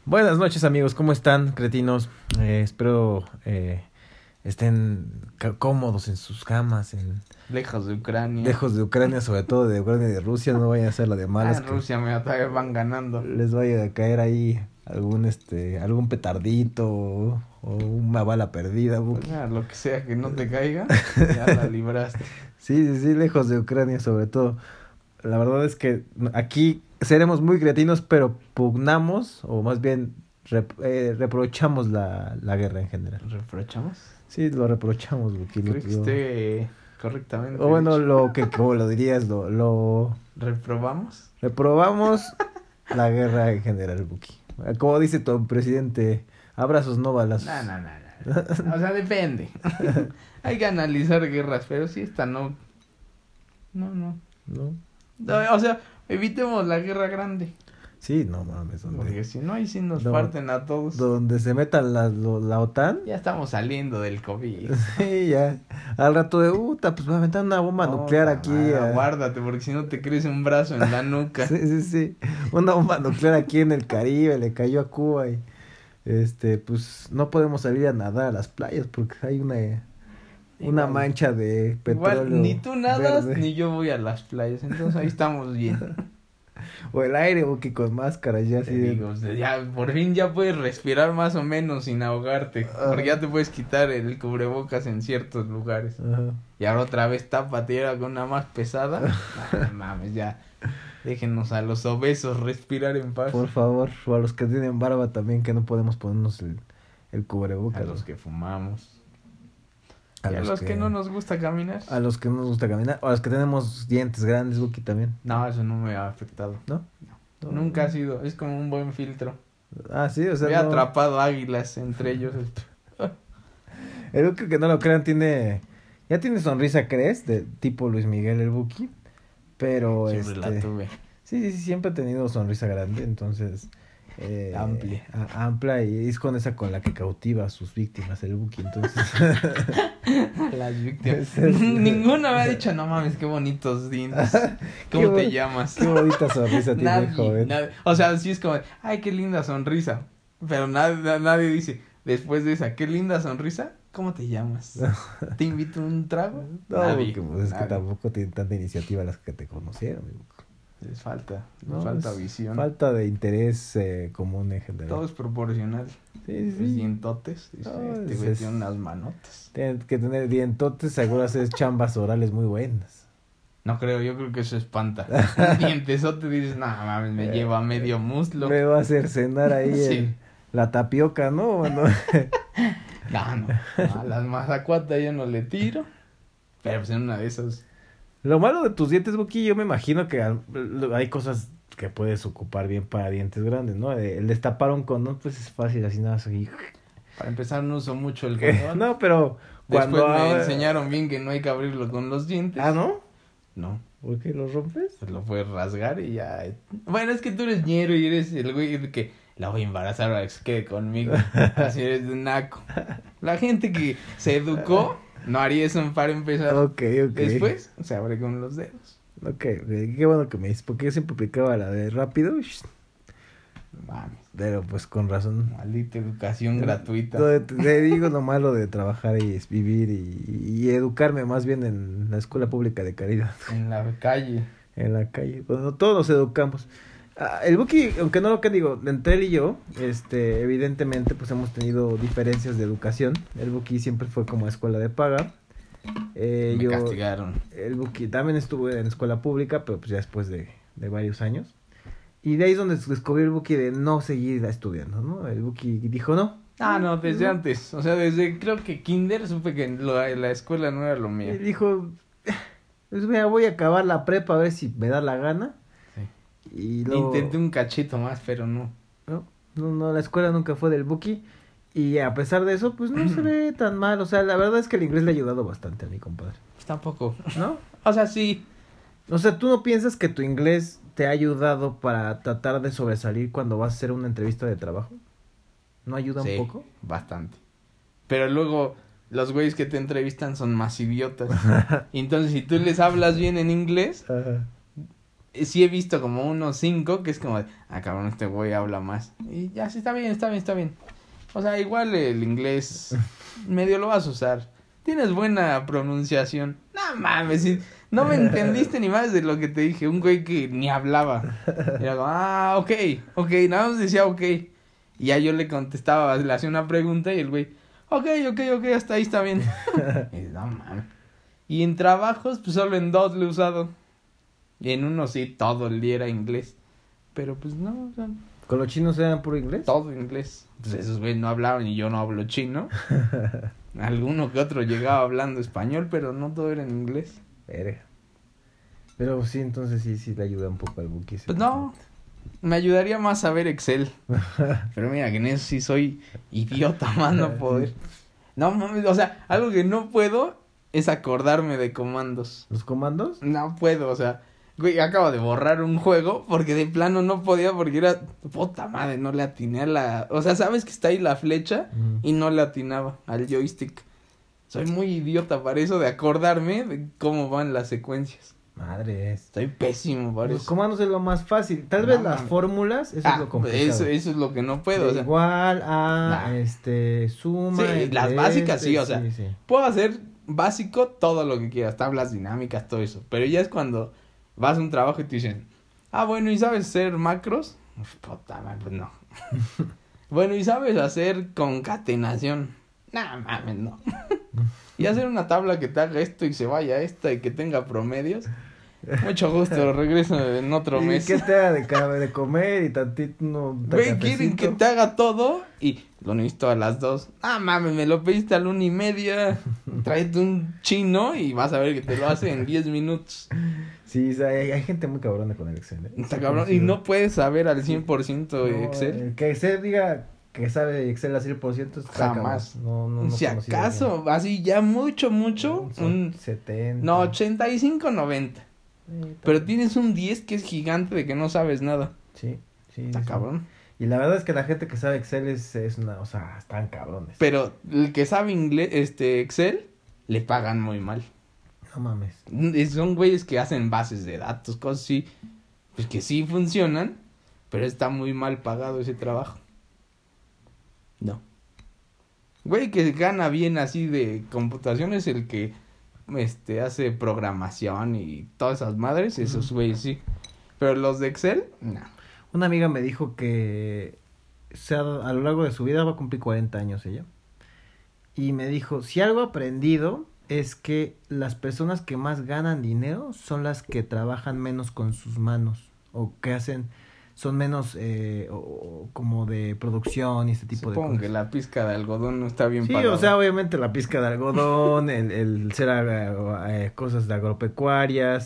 Buenas noches amigos, ¿cómo están, cretinos? Espero estén cómodos en sus camas, Lejos de Ucrania. lejos de Ucrania, sobre todo de Ucrania y de Rusia. No vayan a hacer la de malas En que Rusia, mira, todavía van ganando. les vaya a caer ahí algún petardito o una bala perdida, Pues Buki. mira, lo que sea que no te caiga, ya la libraste. Sí, lejos de Ucrania sobre todo. La verdad es que aquí seremos muy cretinos, pero pugnamos, o más bien reprochamos la guerra en general. ¿Reprochamos? Sí, lo reprochamos, Buki. Creo que esté correctamente O bueno, dicho. como lo dirías, lo ¿Reprobamos? reprobamos la guerra en general, Buki. Como dice tu presidente, abrazos no balazos. No. O sea, depende. Hay que analizar guerras, pero sí esta no. No. ¿No? O sea, evitemos la guerra grande. Sí, no mames. Porque si no, ahí sí nos No. parten a todos. Donde se meta la OTAN. Ya estamos saliendo del COVID. Sí, ya. Al rato de pues va a aventar una bomba nuclear aquí. Guárdate, porque si no te crece un brazo en la nuca. Sí. Una bomba nuclear aquí en el Caribe, le cayó a Cuba y pues no podemos salir a nadar a las playas porque hay una Igual. mancha de petróleo. Igual, ni tú nadas, verde. ni yo voy a las playas, entonces ahí estamos bien. O el aire, Buki, con máscaras ya Te así. digo, o sea, ya por fin ya puedes respirar más o menos sin ahogarte, porque ya te puedes quitar el cubrebocas en ciertos lugares. Ajá. Y ahora otra vez tápate ahora con una más pesada. No mames, ya. Déjenos a los obesos respirar en paz. Por favor, o a los que tienen barba también, que no podemos ponernos el cubrebocas. A los que fumamos. A Y a los que no nos gusta caminar. A los que no nos gusta caminar. O a los que tenemos dientes grandes, Buki, también. No, eso no me ha afectado. ¿No? Nunca ha sido, es como un buen filtro. Ah, sí, o sea, Me he atrapado águilas entre ellos. El Buki, que no lo crean, ya tiene sonrisa, ¿crees? De tipo Luis Miguel, el Buki. Pero Siempre la tuve. Sí, siempre ha tenido sonrisa grande, entonces Amplia. Amplia, y es con esa con la que cautiva a sus víctimas, el Buki, entonces. Las víctimas. Ninguna me ha dicho, no mames, qué bonitos dientes. ¿Cómo te llamas? Qué bonita sonrisa tiene el joven. O sea, sí es como, ay, qué linda sonrisa. Pero nadie dice, después de esa, qué linda sonrisa, ¿cómo te llamas? ¿Te invito a un trago? No, Nadie, porque, pues, es que nadie. tampoco tienen tanta iniciativa las que te conocieron. Les falta Es visión. Falta de interés común en general. Todo es proporcional. Sí. Los dientotes, dice, este güey tiene unas manotas. Tienen que tener dientotes, seguro haces chambas orales muy buenas. No creo, yo creo que eso espanta. Un dientesote dices, no mames, me lleva medio muslo. Me va a hacer cenar ahí Sí. la tapioca, ¿no? Bueno. No, a las mazacuatas yo no le tiro. Pero pues en una de esas. Lo malo de tus dientes, Buki, yo me imagino que hay cosas que puedes ocupar bien para dientes grandes, ¿no? El destapar un condón, pues es fácil, así nada, así. Para empezar, no uso mucho el condón. No, pero Después me enseñaron bien que no hay que abrirlo con los dientes. ¿Ah, no? No. ¿Por qué los rompes? Pues lo puedes rasgar y ya. Bueno, es que tú eres ñero y eres el güey que la voy a embarazar para que se quede conmigo. Así eres de naco. La gente que se educó no haría eso para empezar. Ok. Después se abre con los dedos. Ok, qué bueno que me dices, porque yo siempre aplicaba la de rápido, Mames. pero pues con razón. Maldita educación gratuita. Te digo lo malo de trabajar y vivir y educarme más bien en la escuela pública de caridad. En la calle. En la calle, bueno, todos nos educamos. El Buki, aunque no lo que digo, entre él y yo, evidentemente pues hemos tenido diferencias de educación. El Buki siempre fue como a escuela de paga. Me castigaron. El Buki también estuve en escuela pública, pero pues ya después de varios años. Y de ahí es donde descubrí el Buki de no seguir estudiando, ¿no? El Buki dijo no. No, desde antes. O sea, desde creo que kinder supe que la escuela no era lo mío. Y dijo, pues mira, voy a acabar la prepa a ver si me da la gana. Sí. Y luego, Intenté un cachito más, pero no. No, la escuela nunca fue del Buki. Y a pesar de eso, pues no se ve tan mal. O sea, la verdad es que el inglés le ha ayudado bastante a mi compadre. Pues tampoco. ¿No? O sea, sí. O sea, ¿tú no piensas que tu inglés te ha ayudado para tratar de sobresalir cuando vas a hacer una entrevista de trabajo? ¿No ayuda Sí, un poco? bastante. Pero luego los güeyes que te entrevistan son más idiotas. Y entonces si tú les hablas bien en inglés, Ajá. sí he visto como unos 5 que es como de, cabrón, este güey habla más. Y ya, sí, está bien. O sea, igual el inglés medio lo vas a usar. Tienes buena pronunciación. No mames, si no me entendiste ni más de lo que te dije. Un güey que ni hablaba. Era como, ok, nada más decía ok. Y ya yo le contestaba, le hacía una pregunta y el güey, ok, hasta ahí está bien. Y no mames. Y en trabajos, pues solo en 2 lo he usado. Y en uno sí, todo el día era inglés. Pero pues no, o sea, ¿Con los chinos eran puro inglés? todo inglés. Pues esos güeyes no hablaban y yo no hablo chino. Alguno que otro llegaba hablando español, pero no todo era en inglés. Verga. Pero sí, entonces sí le ayuda un poco al Buki. Pues no, me ayudaría más saber Excel. Pero mira, que en eso sí soy idiota, más no poder. No mames, o sea, algo que no puedo es acordarme de comandos. ¿Los comandos? No puedo, o sea, güey, acabo de borrar un juego porque de plano no podía porque era, puta madre, no le atiné a la, o sea, sabes que está ahí la flecha y no le atinaba al joystick. Soy muy idiota para eso de acordarme de cómo van las secuencias. Madre es. Estoy pésimo para Los eso. comandos es lo más fácil. Tal vez las fórmulas, eso es lo complicado. Eso es lo que no puedo, De o sea. igual a, suma. Sí, las básicas sí, o sea. Sí. Puedo hacer básico todo lo que quieras, tablas dinámicas, todo eso. Pero ya es cuando vas a un trabajo y te dicen, bueno, ¿y sabes hacer macros? Puta madre, pues no. Bueno, ¿y sabes hacer concatenación? Nah, mames, no. Y hacer una tabla que te haga esto y se vaya a esta y que tenga promedios. Mucho gusto, regreso en otro mes. ¿Qué te haga de comer y tantito no? Güey, quieren que te haga todo y lo necesito a las 2. Mames, me lo pediste a la 1:30. Tráete un chino y vas a ver que te lo hace en 10 minutos. Sí, o sea, hay gente muy cabrona con el Excel. Está cabrón. Y no puedes saber al 100% de Excel. Que Excel diga que sabe Excel al 100% está jamás. No si acaso, así ya mucho, un 70. No, 85, 90. Pero tienes un 10 que es gigante de que no sabes nada. Sí. Está cabrón. Y la verdad es que la gente que sabe Excel es una, o sea, están cabrones. Pero el que sabe Excel, le pagan muy mal. No mames. Son güeyes que hacen bases de datos, cosas así, pues que sí funcionan, pero está muy mal pagado ese trabajo. No. Güey que gana bien así de computación es el que hace programación y todas esas madres, esos güeyes sí. Pero los de Excel, no. Una amiga me dijo que a lo largo de su vida va a cumplir 40 años ella. Y me dijo, si algo he aprendido es que las personas que más ganan dinero son las que trabajan menos con sus manos o que son menos como de producción y este tipo de cosas. Supongo que la pizca de algodón no está bien Sí, pagada. o sea, obviamente la pizca de algodón, el ser cosas de agropecuarias,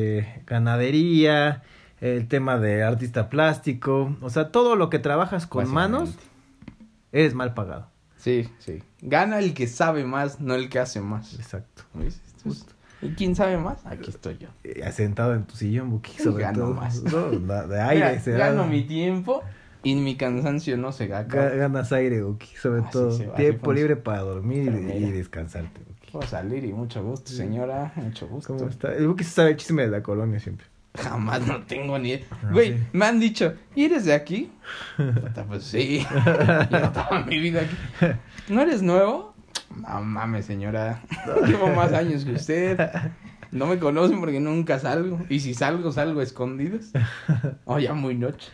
ganadería, el tema de artista plástico, o sea, todo lo que trabajas con manos, eres mal pagado. Sí. Gana el que sabe más, no el que hace más. Exacto. Justo. ¿Y quién sabe más? Aquí estoy yo. Sentado en tu sillón, Buki, sobre gano todo. más. No, de aire. Gano mi tiempo y mi cansancio no se acaba. Ganas aire, Buki, sobre todo. Sí, tiempo libre para dormir y descansarte, Buki. Puedo salir y mucho gusto, señora. Mucho gusto. ¿Cómo está? El Buki se sabe el chisme de la colonia siempre. Jamás no tengo ni... Güey, sí. Me han dicho, ¿y eres de aquí? Pues sí. Llevo toda mi vida aquí. ¿No eres nuevo? No mames, señora. Llevo más años que usted. No me conocen porque nunca salgo. Y si salgo a escondidas. O ya muy noche.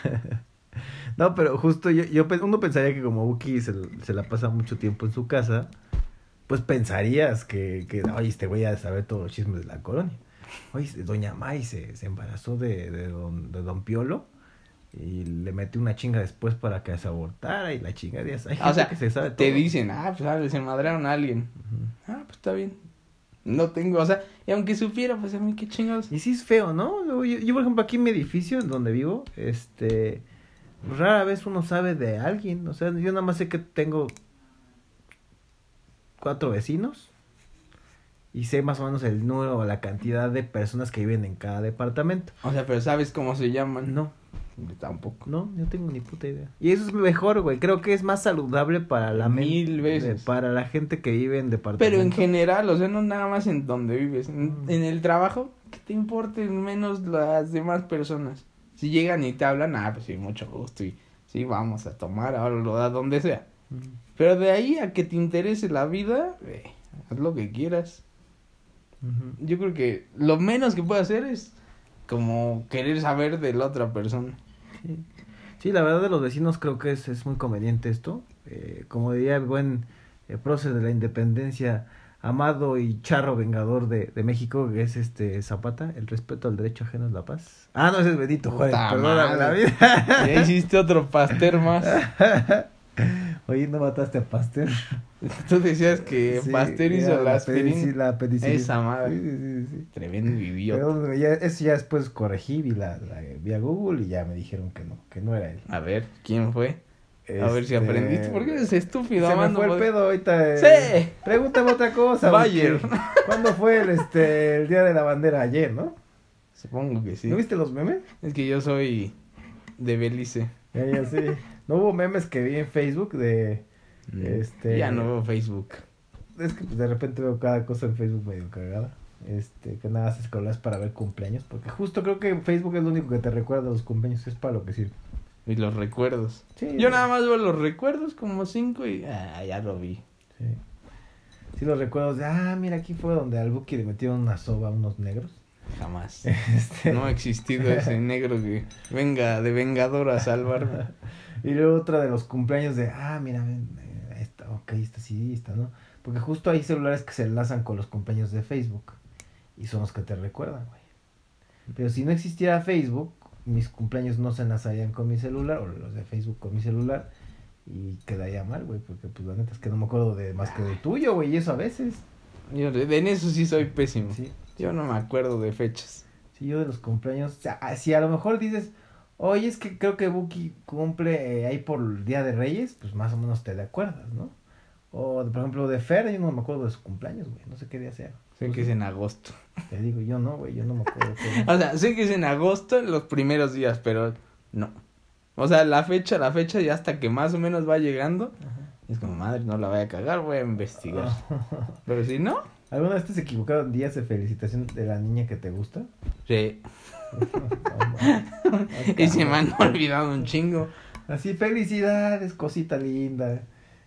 No, pero justo uno pensaría que como Buki se la pasa mucho tiempo en su casa, pues pensarías que oye, este güey ha de saber todos los chismes de la colonia. Oye, doña May se embarazó de don Piolo y le metió una chinga después para que se abortara y la chinga de esa. O sea, que se sabe todo. Te dicen, pues se madrearon a alguien. Pues está bien. No tengo, o sea, y aunque supiera, pues a mí qué chingados. Y sí es feo, ¿no? Yo por ejemplo, aquí en mi edificio, en donde vivo, rara vez uno sabe de alguien. O sea, yo nada más sé que tengo 4 vecinos. Y sé más o menos el número o la cantidad de personas que viven en cada departamento. O sea, pero ¿sabes cómo se llaman? No. Yo tampoco. No, yo tengo ni puta idea. Y eso es mejor, güey. Creo que es más saludable para la Mil veces. para la gente que vive en departamentos. Pero en general, o sea, no nada más en donde vives. En el trabajo, que te importen menos las demás personas. Si llegan y te hablan, pues sí, mucho gusto. Y sí, vamos a tomar ahora a donde sea. Pero de ahí a que te interese la vida, haz lo que quieras. Yo creo que lo menos que puedo hacer es como querer saber de la otra persona. Sí. Sí, la verdad de los vecinos creo que es muy conveniente esto. Como diría el buen prócer de la independencia, amado y charro vengador de México, que es Zapata, el respeto al derecho ajeno es la paz. Ah, no, ese es Benito Juárez, perdóname la vida. Ya hiciste otro Pasteur más. Oye, ¿no mataste a Pasteur? Tú decías que Sí, Pasteur hizo la la penicilina. Esa madre. Sí. Tremendo idiota. Pero eso ya después corregí, vi a Google y ya me dijeron que no era él. A ver, ¿quién fue? A ver si aprendiste. ¿Por qué eres estúpido? Se me Amando, fue el pedo ahorita. Sí. Pregúntame otra cosa. Bayer. ¿Cuándo fue el día de la bandera? Ayer, ¿no? Supongo que sí. ¿No viste los memes? Es que yo soy de Belice. Ya sí. No hubo memes que vi en Facebook de... Ya no veo Facebook. Es que pues, de repente veo cada cosa en Facebook medio cagada. Que nada haces scrollas para ver cumpleaños. Porque justo creo que Facebook es lo único que te recuerda los cumpleaños. Es para lo que sirve. Y los recuerdos. Sí, Yo nada más veo los recuerdos como 5 y... ya lo vi. Sí. Sí, los recuerdos de... mira, aquí fue donde al Buki le metieron una soba a unos negros. Jamás. No ha existido ese negro que venga de vengador a salvarme. Y luego otra de los cumpleaños de... mira, esta, ok, esta sí, esta, ¿no? Porque justo hay celulares que se enlazan con los cumpleaños de Facebook. Y son los que te recuerdan, güey. Pero si no existiera Facebook, mis cumpleaños no se enlazarían con mi celular, o los de Facebook con mi celular, y quedaría mal, güey, porque pues la neta es que no me acuerdo de más que del tuyo, güey, y eso a veces. Yo en eso sí soy pésimo. Sí. Yo no me acuerdo de fechas. Sí, yo de los cumpleaños, o sea, si a lo mejor dices, oye, es que creo que Buki cumple ahí por el Día de Reyes, pues más o menos te acuerdas, ¿no? O, por ejemplo, de Fer, yo no me acuerdo de su cumpleaños, güey, no sé qué día sea. Sé que es en agosto. Te digo, yo no, güey, yo no me acuerdo. O sea, sé que es en agosto en los primeros días, pero no. O sea, la fecha ya hasta que más o menos va llegando. Ajá. Es como, madre, no la voy a cagar, voy a investigar. Pero si no... ¿Alguna vez te has equivocado en días de felicitación de la niña que te gusta? Sí. No, Y se me han olvidado un chingo. Así, felicidades, cosita linda.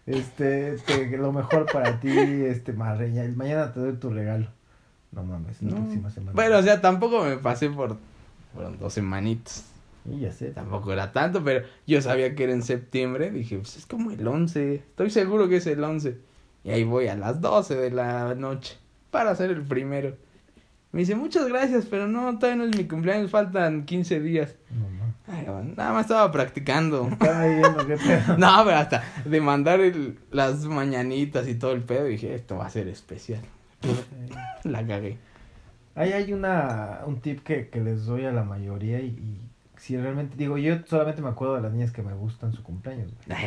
Lo mejor para ti, Marreña. Mañana te doy tu regalo. No mames, la próxima semana. Bueno, o sea, tampoco me pasé por 2 semanitas. Y ya sé. Tampoco era tanto, pero yo sabía que era en septiembre. Dije, pues es como el 11. Estoy seguro que es el 11. Y ahí voy a las 12 de la noche para hacer el primero. Me dice, muchas gracias, pero no, todavía no es mi cumpleaños, faltan 15 días. No mames. Ay, bueno, nada más estaba practicando. Estaba ahí viendo qué pedo. No, pero hasta de mandar las mañanitas y todo el pedo, dije, esto va a ser especial. La cagué. Ahí hay un tip que les doy a la mayoría y si realmente, digo, yo solamente me acuerdo de las niñas que me gustan su cumpleaños, güey.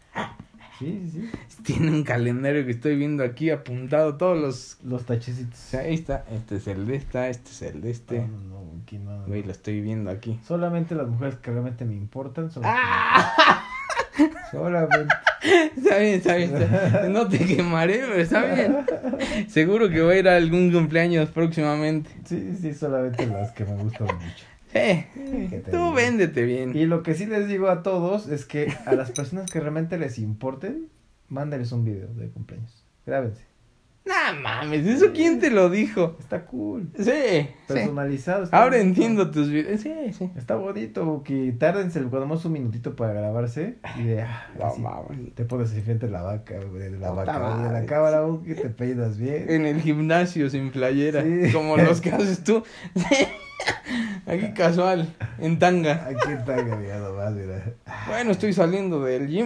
Sí. Tiene un calendario que estoy viendo aquí apuntado todos los tachecitos. O sea, ahí está, este es el de esta, este es el de este. No, aquí no. Güey, lo estoy viendo aquí. Solamente las mujeres que realmente me importan son ¡Ah! Solamente. Está bien. No te quemaré, pero está bien. Seguro que voy a ir a algún cumpleaños próximamente. Sí, solamente las que me gustan mucho. Tú véndete bien. Y lo que sí les digo a todos es que a las personas que realmente les importen, mándenles un video de cumpleaños. Grábense. Nah, mames, ¿eso quién te lo dijo? Está cool. Sí. Personalizado. Ahora bonito. entiendo tus videos. Sí. Está bonito, que tárdense cuando más un minutito para grabarse y de te pones así frente a la vaca, de la cámara, que te peinas bien. En el gimnasio sin playera, Sí. como los que haces tú. Aquí casual, en tanga. Aquí en tanga, mira nomás, mira. Bueno, estoy saliendo del gym.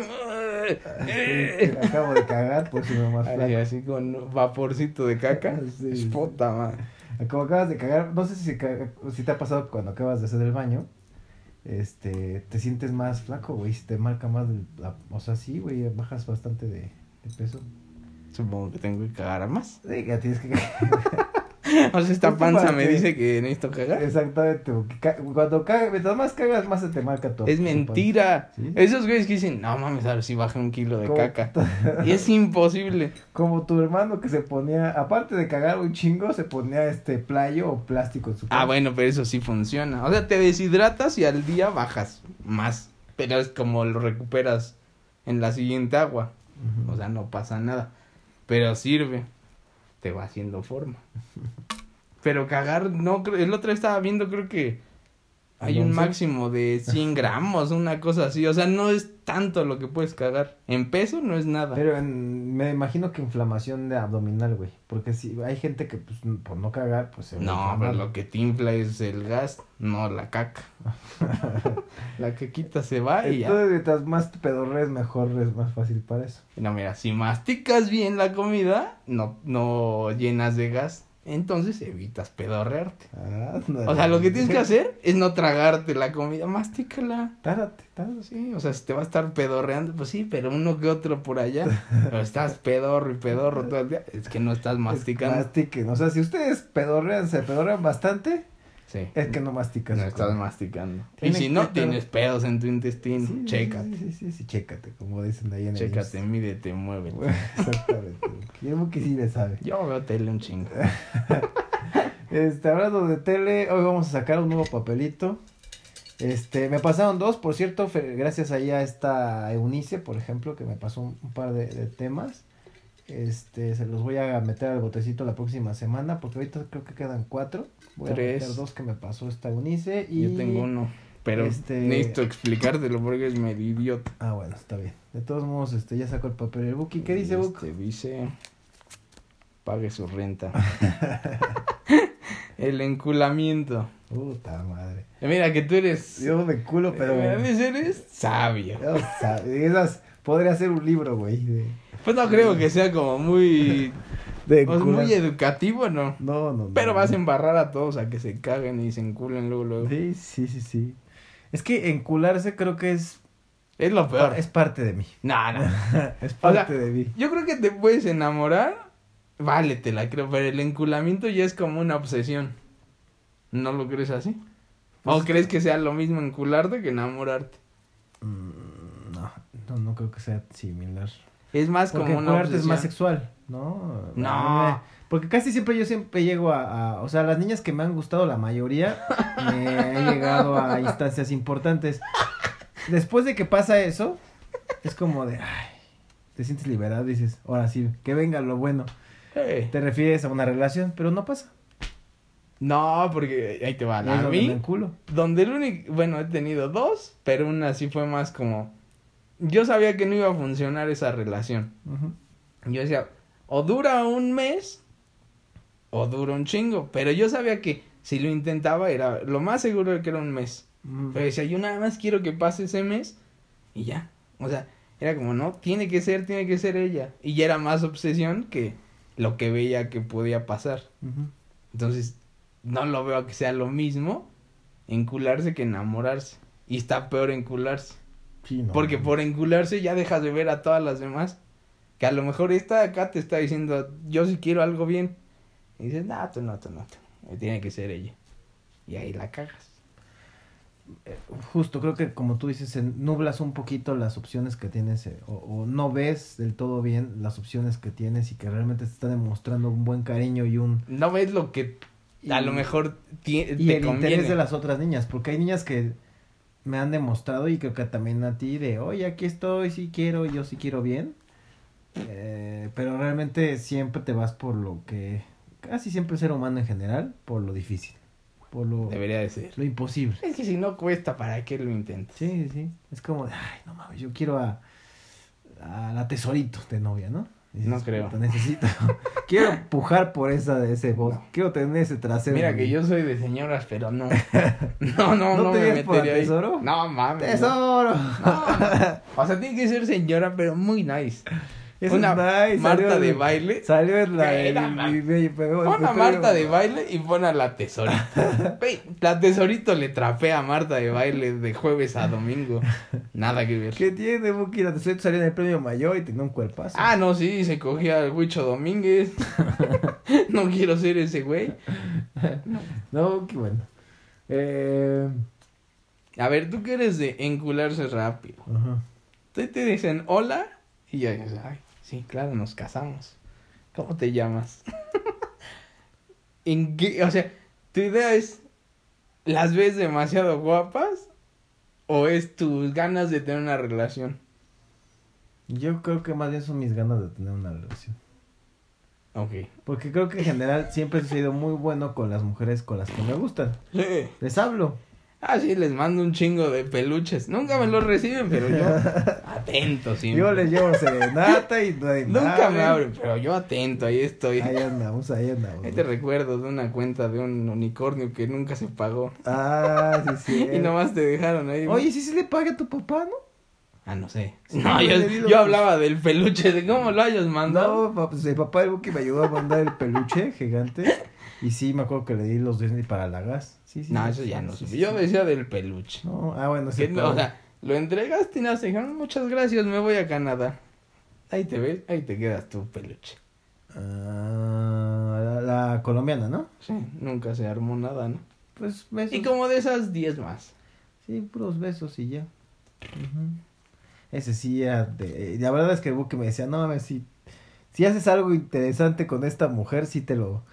Acabo de cagar, por si me más flaco. Así con vaporcito de caca. Sí. Es puta madre. Como acabas de cagar, no sé si te ha pasado cuando acabas de hacer el baño, te sientes más flaco, güey, si te marca más, o sea, sí, güey, bajas bastante de peso. Supongo que tengo que cagar a más. Sí, ya tienes que cagar. O sea, esta ¿Esto panza para me qué? dice que necesito cagar. Exactamente, porque cuando cagas, mientras más cagas, más se te marca todo. Es mentira. ¿Sí? Esos güeyes que dicen, no mames, a ver si bajé 1 kilo de Como- caca. Y es imposible. Como tu hermano que se ponía, aparte de cagar un chingo, se ponía playo o plástico en su panza. Bueno, pero eso sí funciona. O sea, te deshidratas y al día bajas más. Pero es como lo recuperas en la siguiente agua. Ujú. O sea, no pasa nada. Pero sirve. Te va haciendo forma. Pero cagar, no, el otro día estaba viendo, creo que hay un ¿11? máximo de 100 gramos, una cosa así. O sea, no es tanto lo que puedes cagar. En peso no es nada. Pero me imagino que inflamación de abdominal, güey. Porque si hay gente que, pues, por no cagar, pues se va a No, inflamar. pero lo que te infla es el gas, no la caca. La caquita se va y ya. Entonces, mientras más te pedorres, mejor es más fácil para eso. No, mira, si masticas bien la comida, no llenas de gas. Entonces evitas pedorrearte. O sea, lo que tienes que hacer es no tragarte la comida, mastícala. Tárate. Sí, o sea, si te va a estar pedorreando, pues sí, pero uno que otro por allá. Pero estás pedorro y pedorro todo el día. Es que no estás masticando. Mastiquen. O sea, si ustedes se pedorrean bastante, Sí. es que no masticas. No su estás comida. masticando. Y Tiene si que no, estar- tienes pedos en tu intestino. Sí, Chécate. Sí, chécate, como dicen ahí en el Chécate, mídete, muévete. Bueno, exactamente. Y el Buki sí le sabe. Yo veo tele un chingo. Hablando de tele, hoy vamos a sacar un nuevo papelito. Me pasaron dos, por cierto, gracias ahí a esta Eunice, por ejemplo, que me pasó un par de temas. Se los voy a meter al botecito la próxima semana, porque ahorita creo que quedan 4. Voy a 3. meter 2 que me pasó esta Eunice y... Yo tengo uno. Pero necesito explicártelo porque es medio idiota. Ah, bueno, está bien. De todos modos, ya sacó el papel el Buki. ¿Qué dice Buki? Dice, pague su renta. El enculamiento. Puta madre. Mira que tú eres... Yo me culo, pero... eres sabio. Esas podría ser un libro, güey. Pues no creo que sea como muy... De pues muy encular. educativo, ¿no? No. Pero vas a embarrar a todos a que se caguen y se enculen luego. Sí. Es que encularse creo que es lo peor. Es parte de mí. No. Es parte de mí. Yo creo que te puedes enamorar. Vale, te la creo. Pero el enculamiento ya es como una obsesión. ¿No lo crees así? Pues ¿O crees que sea lo mismo encularte que enamorarte? No creo que sea similar. Es más Porque como una encularte es obsesión. más sexual, ¿no? No. Porque casi siempre yo llego o sea, las niñas que me han gustado, la mayoría, me he llegado a instancias importantes. Después de que pasa eso, es como de, te sientes liberado, dices, ahora sí, que venga lo bueno. Te refieres a una relación, pero no pasa. No, porque ahí te va. Es A donde mí, me enculo. donde el único, bueno, he tenido 2, pero una sí fue más como, yo sabía que no iba a funcionar esa relación. Ujú. Yo decía, o dura un mes, o dura un chingo, pero yo sabía que si lo intentaba era, lo más seguro era que era un mes. Ujú. Pero decía, yo nada más quiero que pase ese mes, y ya. O sea, era como, no, tiene que ser ella. Y ya era más obsesión que lo que veía que podía pasar. Ujú. Entonces, no lo veo que sea lo mismo encularse que enamorarse. Y está peor encularse. Sí, no, Porque no. por encularse ya dejas de ver a todas las demás. Que a lo mejor esta de acá te está diciendo, yo sí quiero algo bien. Y dices, no, tú no. Tiene que ser ella. Y ahí la cagas. Justo, creo que como tú dices, nublas un poquito las opciones que tienes o no ves del todo bien las opciones que tienes y que realmente te está demostrando un buen cariño y un... No ves lo que a lo mejor y te el conviene. interés de las otras niñas, porque hay niñas que me han demostrado y creo que también a ti de, oye, aquí estoy, sí quiero, yo sí quiero bien, pero realmente siempre te vas por lo que, casi siempre el ser humano en general, por lo difícil, por lo, Debería de ser. lo imposible. Es que si no cuesta, ¿para qué lo intentas? Sí, es como de, ay, no mames, yo quiero a la Tesorito de novia, ¿no? Dices, No creo. "Puta, necesito, quiero pujar por ese voz, No. quiero tener ese trasero. Mira que yo soy de señoras, pero no. No ¿No te me irías por metería ahí. Tesoro? No, mames. ¡Tesoro! No. O sea, tiene que ser señora, pero muy nice. Eso una es nice, Marta salió de en- baile. Salió en la... Era, man. pegó el Pon a premio. Marta de baile y pon a la Tesorito. Güey, la Tesorito le trapea a Marta de baile de jueves a domingo. Nada que ver. ¿Qué tiene, Buki? La Tesorito salió en el premio mayor y tenía un cuerpazo. Ah, no, sí, se cogía al Huicho Domínguez. No quiero ser ese güey. No, qué bueno. A ver, tú que eres de encularse rápido. Ajá. Te dicen hola y ya dices, ay, sí, claro, nos casamos. ¿Cómo te llamas? ¿En qué? O sea, ¿tu idea es, las ves demasiado guapas o es tus ganas de tener una relación? Yo creo que más bien son mis ganas de tener una relación. Ok. Porque creo que en general siempre he sido muy bueno con las mujeres con las que me gustan. Sí. Les hablo. Ah, sí, les mando un chingo de peluches. Nunca me los reciben, pero yo atento siempre. Yo les llevo serenata y no hay Nunca nada. me abren, pero yo atento, ahí estoy. Ahí andamos, ahí andamos. Ahí te recuerdo de una cuenta de un unicornio que nunca se pagó. Ah, sí, sí. Y nomás te dejaron ahí. Oye, sí se le paga a tu papá, ¿no? Ah, no sé. Sí, No, le di los- yo hablaba del peluche, de cómo lo hayas mandado. No, pues el papá del Buki me ayudó a mandar el peluche gigante. Y sí, me acuerdo que le di los Disney para la gas. Sí, sí. No, sí, eso ya no sí, sé. sí, Yo sí. decía del peluche. No, bueno, sí. Que no, o sea, lo entregaste y nada, te dijeron, muchas gracias, me voy a Canadá. Ahí te ves, ahí te quedas tu peluche. La colombiana, ¿no? Sí, nunca se armó nada, ¿no? Pues besos. Y como de esas 10 más. Sí, puros besos y ya. Ujú. Ese sí, la verdad es que el Buki me decía, no mames, si haces algo interesante con esta mujer, sí te lo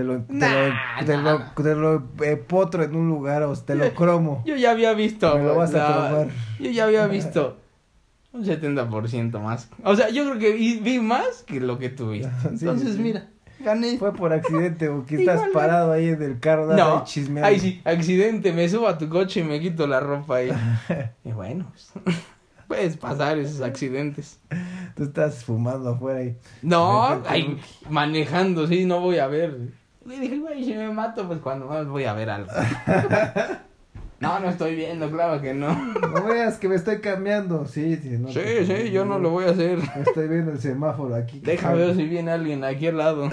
potro en un lugar o te lo cromo. Yo ya había visto. Me lo vas a cromar. Yo ya había visto un 70% más. O sea, yo creo que vi más que lo que tú viste. Sí, Entonces, sí. mira, gané. Fue por accidente, Buki, estás Igual, parado ahí en el carro, No, ahí chismeando. ahí sí, accidente, me subo a tu coche y me quito la ropa ahí. Y bueno, pues, puedes pasar esos accidentes. Tú estás fumando afuera y... No, De repente, ay, manejando, sí, no voy a ver. Y dije, güey, si me mato, pues cuando más voy a ver algo. No, no estoy viendo, claro que no. No veas que me estoy cambiando. Sí, sí, no. Sí, yo no lo voy a hacer. Estoy viendo el semáforo aquí. Déjame ver si viene alguien aquí al lado.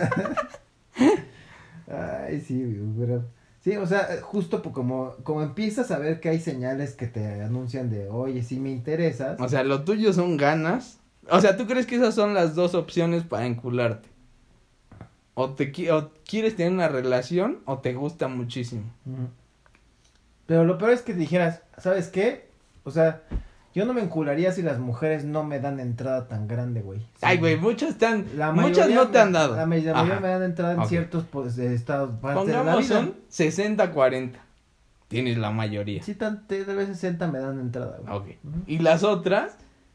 Ay, sí, pero... Sí, o sea, justo como empiezas a ver que hay señales que te anuncian de, oye, sí me interesas. O sea, lo tuyo son ganas. O sea, ¿tú crees que esas son las dos opciones para encularte? O quieres tener una relación o te gusta muchísimo. Ujú. Pero lo peor es que dijeras, ¿sabes qué? O sea, yo no me encularía si las mujeres no me dan entrada tan grande, güey. Sí. Ay, güey, muchas La muchas no te han dado. La mayoría Ajá. me dan entrada en Ok. ciertos estados, partes de la Pongamos vida. son 60-40. Tienes la mayoría. Sí, de vez 60 me dan entrada, güey. Ok. Ujú. Y las otras,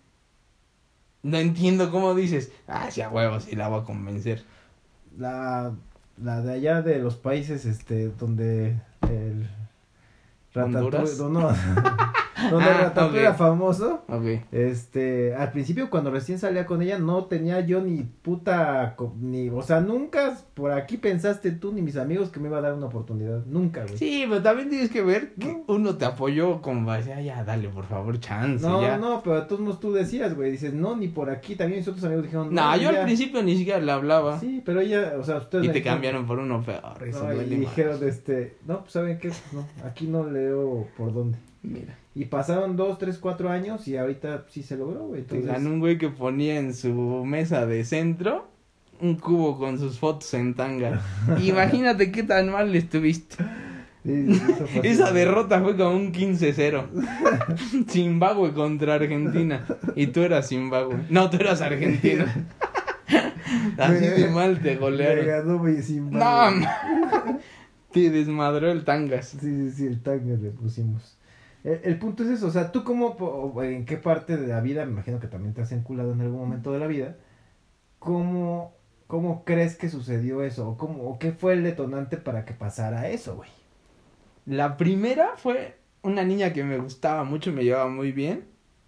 no entiendo cómo dices, sí, a huevo, sí la voy a convencer. La de allá de los países, donde el ¿Honduras? Donde el Ratatouille ok. era famoso. Ok. Al principio cuando recién salía con ella no tenía yo ni puta, o sea, nunca por aquí pensaste tú ni mis amigos que me iba a dar una oportunidad, nunca, güey. Sí, pero también tienes que ver que No. uno te apoyó con base, ya, dale, por favor, chance, ya. No, pero de todos modos tú decías, güey, dices, no, ni por aquí, también mis otros amigos dijeron, No, yo ya. al principio ni siquiera le hablaba. Sí, pero ella, o sea, ustedes Y me te dijeron- cambiaron por uno peor. Eso No, duele y más. dijeron, no, pues, ¿saben qué? No, aquí no leo por dónde. Mira, Y pasaron 2, 3, 4 años y ahorita sí se logró, güey. te Entonces, ganó un güey que ponía en su mesa de centro un cubo con sus fotos en tanga. Imagínate qué tan mal le estuviste. sí, eso fue Esa así. derrota fue como un 15-0. Zimbabue contra Argentina. Y tú eras Zimbabue. No, tú eras Argentina. Así de mal te Me golearon. ganó, güey, sin No, barba. te desmadró el tangas. Sí, el tanga le pusimos. El punto es eso, o sea, tú en qué parte de la vida, me imagino que también te has enculado en algún momento de la vida, ¿cómo crees que sucedió eso? ¿O qué fue el detonante para que pasara eso, güey? La primera fue una niña que me gustaba mucho, me llevaba muy bien.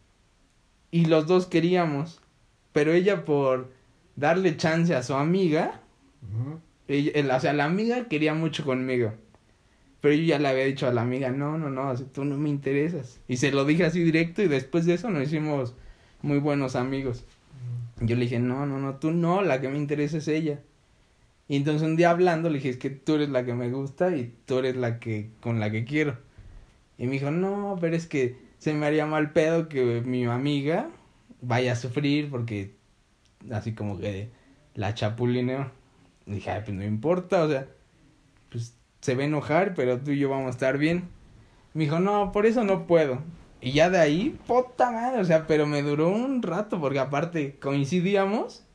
Y los dos queríamos. Pero ella por darle chance a su amiga, Ujú. o sea, la amiga quería mucho conmigo. Pero yo ya le había dicho a la amiga, no, o sea, tú no me interesas. Y se lo dije así directo y después de eso nos hicimos muy buenos amigos. Yo le dije, no, tú no, la que me interesa es ella. Y entonces un día hablando le dije, es que tú eres la que me gusta y tú eres la que con la que quiero. Y me dijo, no, pero es que se me haría mal pedo que mi amiga vaya a sufrir porque así como que la chapulineo. Y dije, ay, pues no importa, o sea, pues se va a enojar, pero tú y yo vamos a estar bien. Me dijo, no, por eso no puedo. Y ya de ahí, puta madre, o sea, pero me duró un rato porque aparte coincidíamos.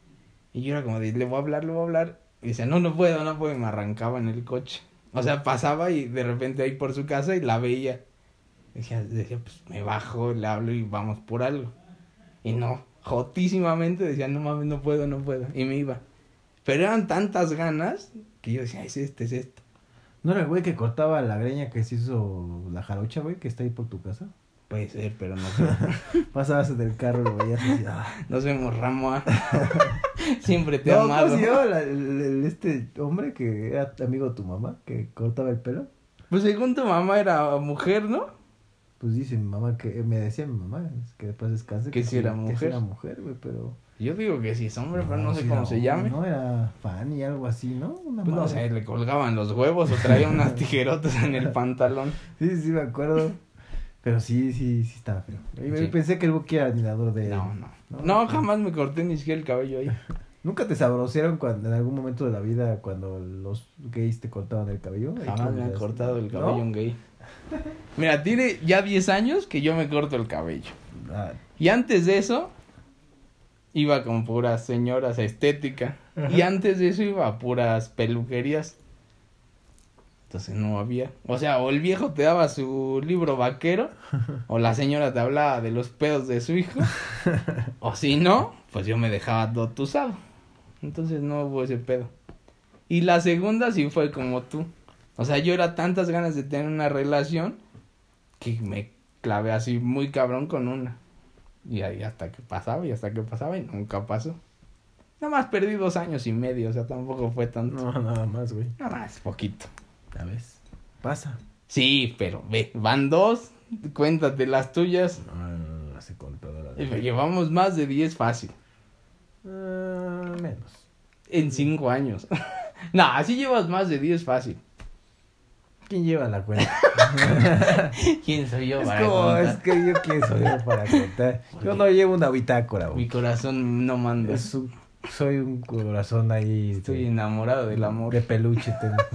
Y yo era como de, le voy a hablar. Y decía, no puedo. Y me arrancaba en el coche. O sea, pasaba y de repente ahí por su casa y la veía. Decía, pues me bajo, le hablo y vamos por algo. Y no, jotísimamente decía, no mames, no puedo. Y me iba. Pero eran tantas ganas que yo decía, es esto. ¿No era el güey que cortaba la greña que se hizo la jarocha, güey, que está ahí por tu casa? Puede ser, pero no sé. Pasabas en el carro, lo veías así. Nos vemos, Ramón. Siempre te he amado. ¿Cómo se llama este hombre que era amigo de tu mamá, que cortaba el pelo? Pues según tu mamá era mujer, ¿no? Pues dice mi mamá que, me decía mi mamá, que después descanse. Que sí era mujer. Que sí era mujer, güey, pero... Yo digo que sí es hombre, pero no sé cómo se llame. No, era Fanny, algo así, ¿no? Pues no sé, le colgaban los huevos o traía unas tijerotas en el pantalón. Sí, me acuerdo. Pero sí estaba feo. Sí. Pensé que el Buki era admirador de... No, jamás me corté ni siquiera el cabello ahí. ¿Nunca te sabrosearon cuando en algún momento de la vida cuando los gays te cortaban el cabello? Jamás me han cortado el cabello un gay. Mira, tiene ya 10 años que yo me corto el cabello. Y antes de eso, iba con puras señoras a estética. Ajá. Y antes de eso iba a puras peluquerías. Entonces no había. O sea, o el viejo te daba su libro vaquero, o la señora te hablaba de los pedos de su hijo. O si no, pues yo me dejaba todo tusado. Entonces no hubo ese pedo. Y la segunda sí fue como tú. O sea, yo era tantas ganas de tener una relación que me clavé así muy cabrón con una. Y ahí hasta que pasaba y nunca pasó. Nada más perdí 2 años y medio, o sea, tampoco fue tanto. No, nada más, güey. Nada más, poquito. Ya ves, pasa. Sí, pero ve, van 2, cuéntate las tuyas. No las he contado. Llevamos más de 10 fácil. Menos. En 5 años. No, así llevas más de 10 fácil. ¿Quién lleva la cuenta? ¿Quién soy yo para contar? Es que yo quién soy yo para contar. Yo no llevo una bitácora, güey. Mi corazón no manda. Soy un corazón ahí. Estoy enamorado del amor. De peluche.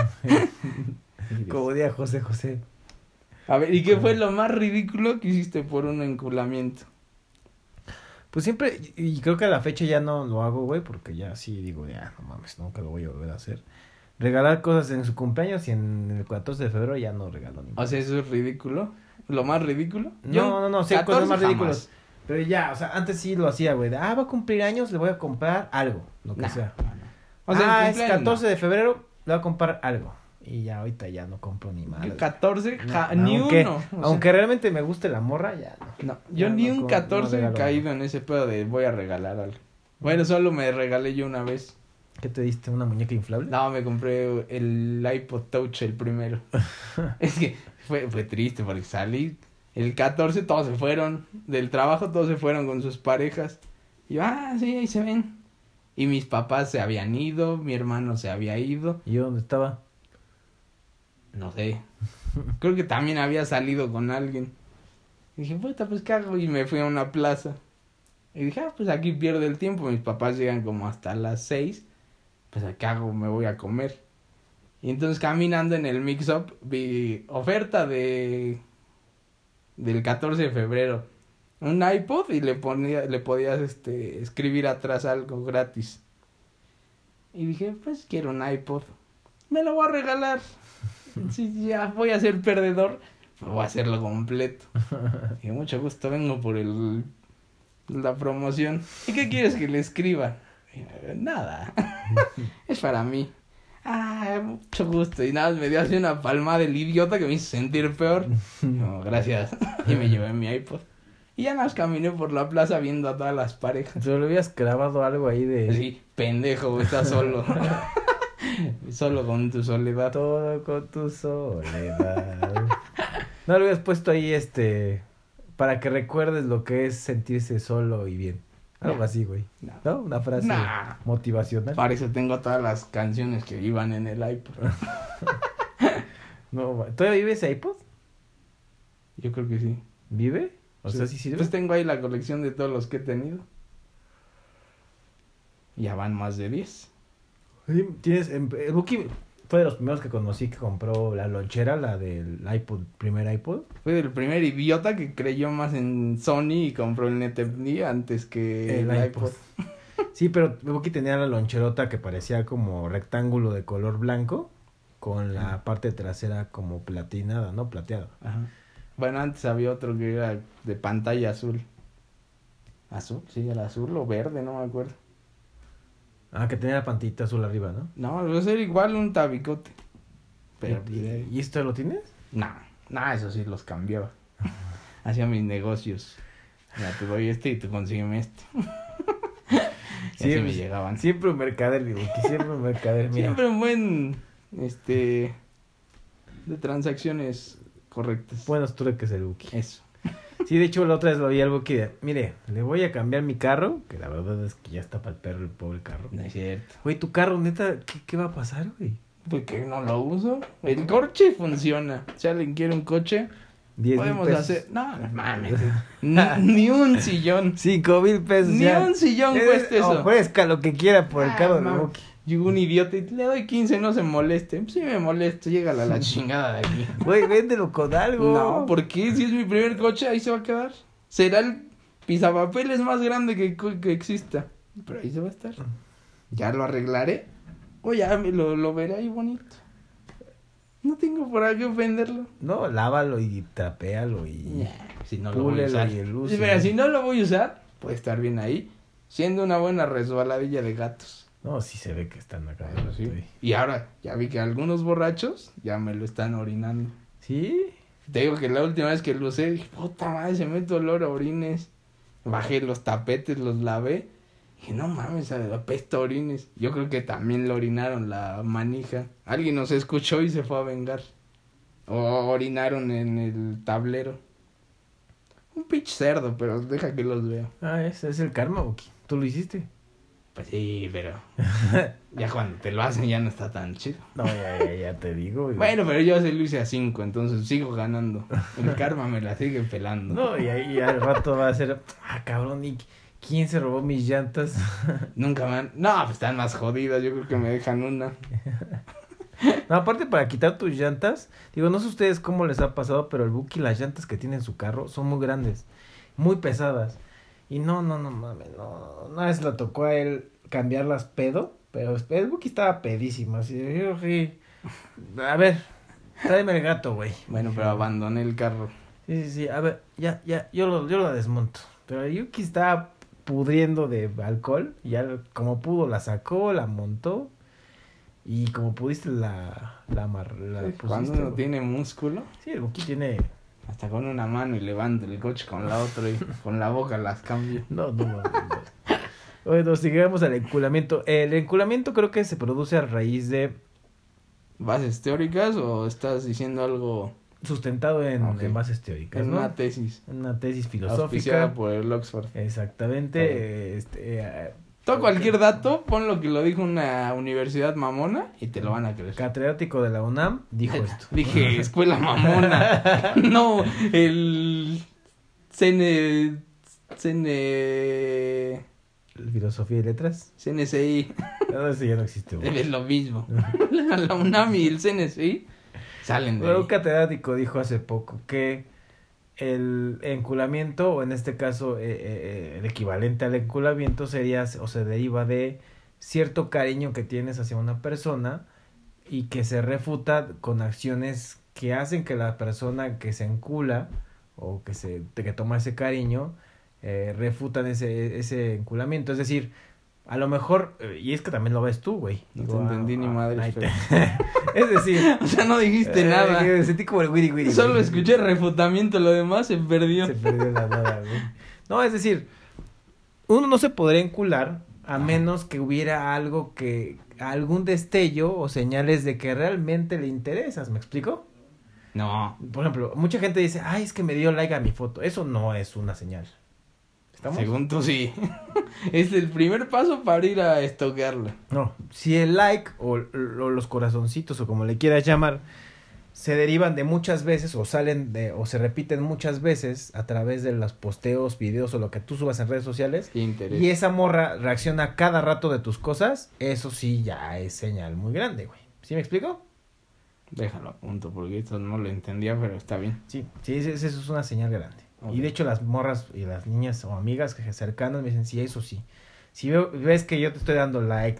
Como diría José. A ver, ¿y qué fue lo más ridículo que hiciste por un enculamiento? Pues siempre, y creo que a la fecha ya no lo hago, güey, porque ya sí digo, ya, no mames, nunca lo voy a volver a hacer. Regalar cosas en su cumpleaños y en el 14 de febrero ya no regalo ni. O sea, ¿eso es ridículo? ¿Lo más ridículo? No, sí, cosas más ridículas. Pero ya, o sea, antes sí lo hacía, güey. Va a cumplir años, le voy a comprar algo, lo que sea. No. O sea, es 14 de febrero, le voy a comprar algo. Y ya ahorita ya no compro ni más. ¿El 14? Ni uno. Aunque realmente me guste la morra, ya no. No, yo ni un 14 he caído en ese pedo de voy a regalar algo. Bueno, solo me regalé yo una vez. ¿Qué te diste? ¿Una muñeca inflable? No, me compré el iPod Touch, el primero. Es que fue triste porque salí. El 14 todos se fueron. Del trabajo todos se fueron con sus parejas. Y yo, sí, ahí se ven. Y mis papás se habían ido, mi hermano se había ido. ¿Y yo dónde estaba? No sé. Creo que también había salido con alguien. Y dije, puta, pues ¿qué hago? Y me fui a una plaza. Y dije, pues aquí pierdo el tiempo. Mis papás llegan como hasta las 6. Pues ¿qué hago? Me voy a comer. Y entonces caminando en el mix-up vi oferta del 14 de febrero. Un iPod y le podías escribir atrás algo gratis. Y dije, pues quiero un iPod. Me lo voy a regalar. Si ya voy a ser perdedor, voy a hacerlo completo. Y mucho gusto, vengo por la promoción. ¿Y qué quieres que le escriba? Nada. Es para mí. Mucho gusto. Y nada, me dio así una palmada del idiota que me hizo sentir peor. No, gracias. Y me llevé mi iPod. Y ya más caminé por la plaza viendo a todas las parejas. ¿Pero le habías grabado algo ahí de...? Sí, pendejo, estás solo. Solo con tu soledad. Todo con tu soledad. No le habías puesto ahí para que recuerdes lo que es sentirse solo y bien. Algo así, güey. ¿No? Una frase motivacional. Para eso tengo todas las canciones que iban en el iPod. No, ¿todavía vive ese iPod? Yo creo que sí. ¿Vive? O sea, sí sirve. Pues tengo ahí la colección de todos los que he tenido. Ya van más de 10. Sí, tienes... El Buki fue de los primeros que conocí que compró la lonchera, la del iPod, primer iPod. Fue el primer idiota que creyó más en Sony y compró el NetMD antes que el iPod. Sí, pero Buki tenía la loncherota que parecía como rectángulo de color blanco con la parte trasera como platinada, ¿no? Plateada. Ajá. Bueno, antes había otro que era de pantalla azul. ¿Azul? Sí, era azul o verde, no me acuerdo. Ah, que tenía la pantita azul arriba, ¿no? No, debe ser igual un tabicote. Pero, ¿Y esto lo tienes? No, eso sí los cambiaba. Hacía mis negocios. Ya te doy este y tú consígueme este. Sí, así me llegaban. Siempre un mercader, digo, que siempre un mercader, mira. Siempre un buen, de transacciones correctas. Buenos truques el Buki. Eso. Sí, de hecho la otra vez lo vi al Buki de, mire, le voy a cambiar mi carro, que la verdad es que ya está para el perro el pobre carro. No es cierto. Güey, tu carro, neta, ¿qué va a pasar, güey? Pues que no lo uso. El coche funciona. Si alguien quiere un coche, 10,000 podemos pesos. hacer... No, mames. Ni un sillón. 5,000 pesos. Ni ya. un sillón cuesta eso. Ofrezca lo que quiera por el carro de mames. Buki. Llegó un idiota y le doy 15, no se moleste. Pues sí me molesto, llégala a la chingada de aquí. Güey, véndelo con algo. No, ¿por qué? Si es mi primer coche, ahí se va a quedar. Será el pisapapeles más grande que exista. Pero ahí se va a estar. Ya lo arreglaré. O ya lo veré ahí bonito. No tengo por qué venderlo. No, lávalo y trapéalo y... Si no lo voy a púlelo usar. y el uso. Mira, si no lo voy a usar, puede estar bien ahí. Siendo una buena resbaladilla de gatos. No, sí se ve que están acá. Eso sí. Y ahora, ya vi que algunos borrachos ya me lo están orinando. ¿Sí? Te digo que la última vez que lo usé, dije, puta madre, se mete olor a orines. Bajé los tapetes, los lavé. Dije, no mames, apesta a orines. Yo creo que también lo orinaron la manija. Alguien nos escuchó y se fue a vengar. O orinaron en el tablero. Un pinche cerdo, pero deja que los vea. Ah, ese es el karma, Buki. Tú lo hiciste. Pues sí, pero ya cuando te lo hacen ya no está tan chido. No, ya te digo. Güey. Bueno, pero yo se lo hice a 5, entonces sigo ganando. El karma me la sigue pelando. No, y ahí al rato va a ser... Ah, cabrón, ¿y quién se robó mis llantas? Nunca me han... No, pues están más jodidas, yo creo que me dejan una. No, aparte para quitar tus llantas, digo, no sé ustedes cómo les ha pasado, pero el Buki, las llantas que tiene en su carro son muy grandes, muy pesadas. Y no mames, no. Una vez le tocó a él cambiarlas pedo, pero el Buki estaba pedísimo, así yo sí. A ver, tráeme el gato, güey. Bueno, pero abandoné el carro. Sí, a ver, ya, yo lo desmonto. Pero el Yuki estaba pudriendo de alcohol, y ya como pudo la sacó, la montó, y como pudiste la pusiste. Cuando uno tiene músculo, Sí, el Buki tiene... hasta con una mano y levanto el coche con la otra y con la boca las cambio. No. Bueno, sigamos al enculamiento. El enculamiento creo que se produce a raíz de... ¿Bases teóricas o estás diciendo algo Sustentado en bases teóricas, en ¿no? una tesis? Una tesis Auspiciada filosófica. por el Oxford. Exactamente. Todo cualquier dato, pon lo que lo dijo una universidad mamona y te lo van a creer. Catedrático de la UNAM dijo esto. Dije, escuela mamona. No, el Filosofía y letras. CNCI. No, ese ya no existe. Güey. Es lo mismo. La UNAM y el CNCI salen de Pero un ahí. catedrático dijo hace poco que el enculamiento, o en este caso el equivalente al enculamiento sería o se deriva de cierto cariño que tienes hacia una persona y que se refuta con acciones que hacen que la persona que se encula o que toma ese cariño refutan ese enculamiento. Es decir, a lo mejor, y es que también lo ves tú, güey. No te entendí ni madre. Es decir, O sea, no dijiste nada. Me sentí como el wiri wiri. Solo güey. escuché refutamiento, lo demás se perdió. Se perdió la nada, güey. No, es decir, uno no se podría encular a menos que hubiera algún destello o señales de que realmente le interesas, ¿me explico? No. Por ejemplo, mucha gente dice, ay, es que me dio like a mi foto. Eso no es una señal. ¿Estamos? Según tú, sí. Es el primer paso para ir a estoquearla. No, si el like o los corazoncitos o como le quieras llamar se derivan de muchas veces o se repiten muchas veces a través de los posteos, videos o lo que tú subas en redes sociales Interés. y esa morra reacciona cada rato de tus cosas, eso sí ya es señal muy grande, güey. ¿Sí me explico? Déjalo a punto porque esto no lo entendía, pero está bien. Sí, eso es una señal grande. Okay. Y de hecho las morras y las niñas o amigas cercanas me dicen, sí, eso sí. Si ves que yo te estoy dando like,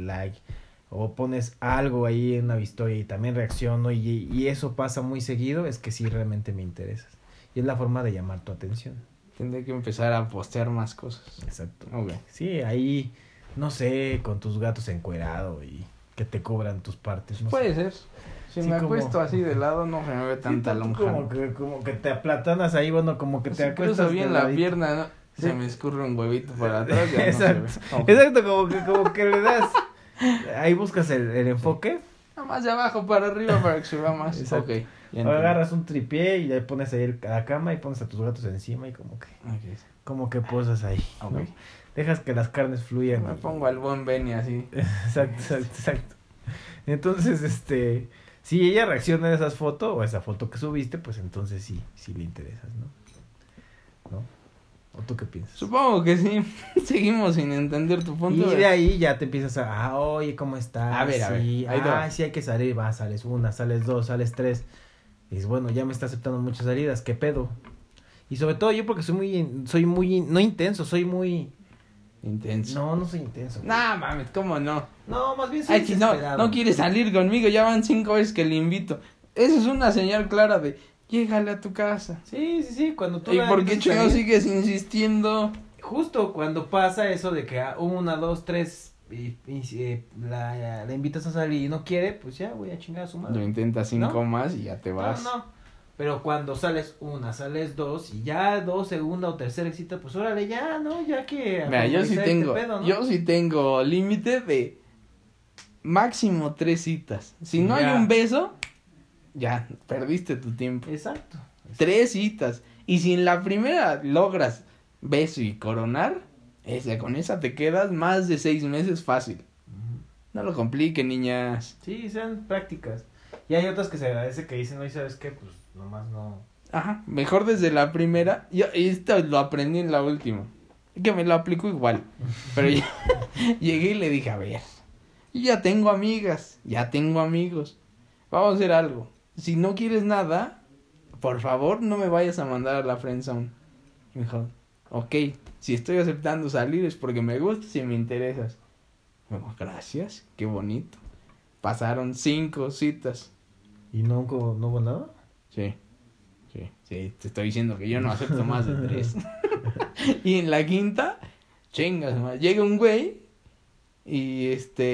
o pones algo ahí en una historia y también reacciono y eso pasa muy seguido, es que sí realmente me interesas. Y es la forma de llamar tu atención. Tendré que empezar a postear más cosas. Exacto. Okay. Sí, ahí, no sé, con tus gatos encuerado y que te cobran tus partes. No Puede sé. ser. Si Sí, me como... acuesto así de lado, no se me ve tanta lonja. Como que te aplatanas ahí, bueno, como que te acuestas. Cruzo bien la ladito. pierna, ¿no? Sí. Se me escurre un huevito para atrás. Ya Exacto. no se ve. Okay. Exacto, como que le das. Ahí buscas el enfoque. Nada más de abajo para arriba para que se vea más. Exacto. Ok. O agarras un tripié y le pones ahí la cama y pones a tus gatos encima y como que posas ahí. Ok. ¿No? Dejas que las carnes fluyan. Me pongo al buen Benny así. Exacto. Entonces, si ella reacciona a esas fotos o a esa foto que subiste, pues entonces sí le interesas, ¿no? ¿O tú qué piensas? Supongo que sí. Seguimos sin entender tu punto. Y de ahí ya te empiezas oye, ¿cómo estás? A ver, sí, ahí te va. sí hay que salir, sales una, sales dos, sales tres. Y dices, bueno, ya me está aceptando muchas salidas, ¿qué pedo? Y sobre todo yo porque soy muy, no intenso, soy muy... Intenso. No soy intenso. Nah, mames, ¿cómo no? No, más bien soy Ay, que no quiere salir conmigo, ya van 5 veces que le invito. Eso es una señal clara de, llégale a tu casa. Sí, cuando tú... ¿Y por qué chingados sigues insistiendo? Justo cuando pasa eso de que 1, 2, 3 la invitas a salir y no quiere, pues ya voy a chingar a su madre. Lo intentas 5 ¿No? más y ya te vas. No. Pero cuando sales una, sales dos y ya segunda o tercera cita, pues órale ya, ¿no? Ya que... Mira, yo sí tengo límite de máximo 3 citas. Si no hay un beso, ya perdiste tu tiempo. Exacto. 3 citas. Y si en la primera logras beso y coronar, con esa te quedas más de 6 meses fácil. No lo compliquen, niñas. Sí, sean prácticas. Y hay otras que se agradece que dicen, oye, ¿sabes qué? Pues nomás no... Ajá, mejor desde la primera. Yo esto lo aprendí en la última. Que me lo aplico igual. Pero yo llegué y le dije, a ver, yo ya tengo amigas, ya tengo amigos. Vamos a hacer algo. Si no quieres nada, por favor no me vayas a mandar a la friendzone. Me dijo, ok, si estoy aceptando salir es porque me gustas y me interesas. Me dijo, gracias, qué bonito. Pasaron 5 citas. ¿Y no hubo nada? Sí, te estoy diciendo que yo no acepto más de 3. Y en la quinta, chingas, llega un güey y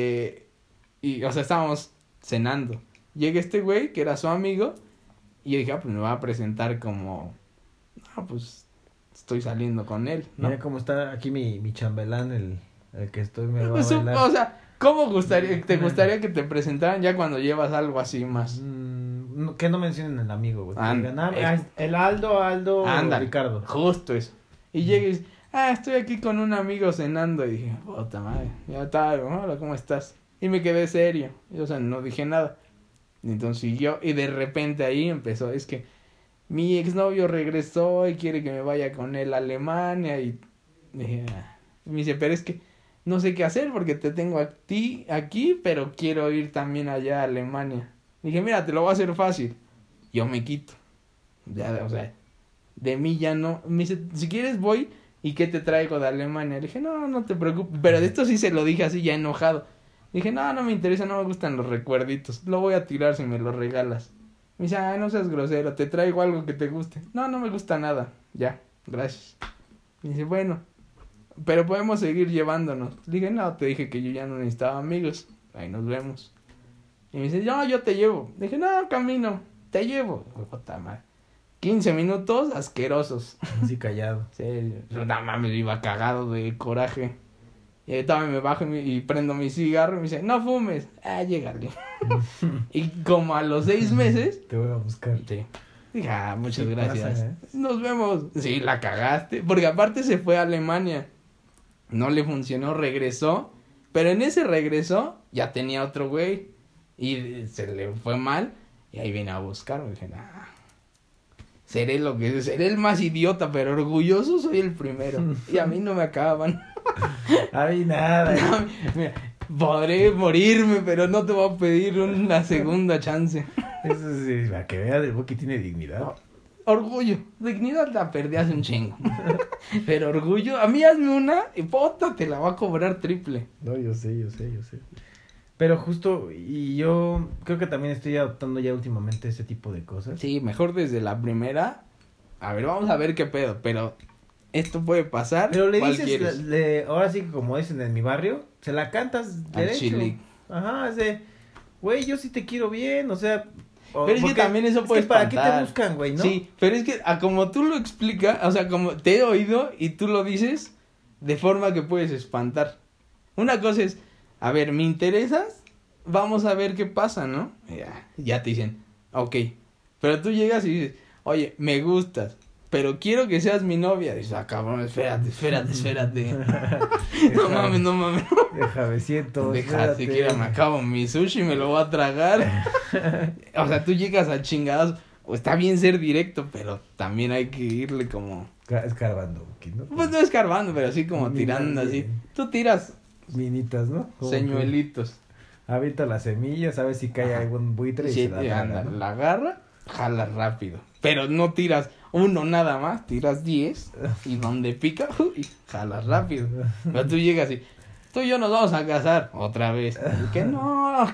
o sea, estábamos cenando. Llega este güey que era su amigo y yo dije, pues me va a presentar como, pues estoy saliendo con él, ¿no? Mira cómo está aquí mi chambelán, el que me va a Pues, bailar. o sea, ¿cómo te gustaría que te presentaran ya cuando llevas algo así más? Que no mencionen el amigo, güey. Anda, El Aldo Ándale, Ricardo. Justo eso. Y llega y dice, estoy aquí con un amigo cenando. Y dije, puta madre, ya está, hola, ¿cómo estás? Y me quedé serio. Y, o sea, no dije nada. Y entonces siguió, y de repente ahí empezó, es que mi exnovio regresó y quiere que me vaya con él a Alemania. Y dije, me dice, pero es que no sé qué hacer porque te tengo a ti aquí, pero quiero ir también allá a Alemania. Dije, mira, te lo voy a hacer fácil. Yo me quito. Ya, o sea, de mí ya no. Me dice, si quieres voy y ¿qué te traigo de Alemania? Le dije, no te preocupes. Pero de esto sí se lo dije así ya enojado. Dije, no me interesa, no me gustan los recuerditos. Lo voy a tirar si me lo regalas. Me dice, no seas grosero, te traigo algo que te guste. No me gusta nada. Ya, gracias. Me dice, bueno, pero podemos seguir llevándonos. Le dije, no, te dije que yo ya no necesitaba amigos. Ahí nos vemos. Y me dice, yo te llevo. Le dije, no, camino, te llevo. Puta madre. 15 minutos asquerosos. Así callado. Sí, no mames, iba cagado de coraje. Y ahorita me bajo y prendo mi cigarro y me dice, no fumes. Llégale. Y como a los 6 meses. Te voy a buscar. Sí. Dije, muchas Sí gracias. pasa, ¿eh? Nos vemos. Sí, la cagaste. Porque aparte se fue a Alemania. No le funcionó, regresó. Pero en ese regreso ya tenía otro güey. Y se le fue mal. Y ahí vine a buscarme. Dije, seré el más idiota, pero orgulloso soy el primero. Y a mí no me acaban. A mí nada. No, mira, podré morirme, pero no te voy a pedir una segunda chance. Eso sí, para que veas, el Buki tiene dignidad. Orgullo, dignidad la perdí hace un chingo. Pero orgullo, a mí hazme una y puta, te la va a cobrar triple. No, yo sé. Pero justo, y yo creo que también estoy adoptando ya últimamente ese tipo de cosas. Sí, mejor desde la primera. A ver, vamos a ver qué pedo, pero esto puede pasar. Pero le ¿cuál dices, quieres? ahora sí que como dicen en mi barrio, se la cantas Al derecho. chile. Ajá, es de, güey, yo sí te quiero bien, o sea... Pero es que también eso puede ¿para qué te espantar. buscan, güey, no? Sí, pero es que como tú lo explicas, o sea, como te he oído y tú lo dices de forma que puedes espantar. Una cosa es, a ver, ¿me interesas? Vamos a ver qué pasa, ¿no? Ya te dicen, ok. Pero tú llegas y dices, oye, me gustas, pero quiero que seas mi novia. Dices, cabrón, espérate. No mames. Déjame, siento. Deja, siquiera me acabo mi sushi y me lo voy a tragar. O sea, tú llegas a chingados. O está bien ser directo, pero también hay que irle como... Escarbando, ¿no? Pues no escarbando, pero así como tirando así. Tú tiras minitas, ¿no? Como señuelitos. Avienta las semillas, a ver si cae algún buitre y Sí, se la agarra, ¿no? la agarra, jala rápido. Pero no tiras uno nada más, tiras 10 y donde pica, jalas rápido. Pero tú llegas y... Tú y yo nos vamos a casar otra vez. Que no.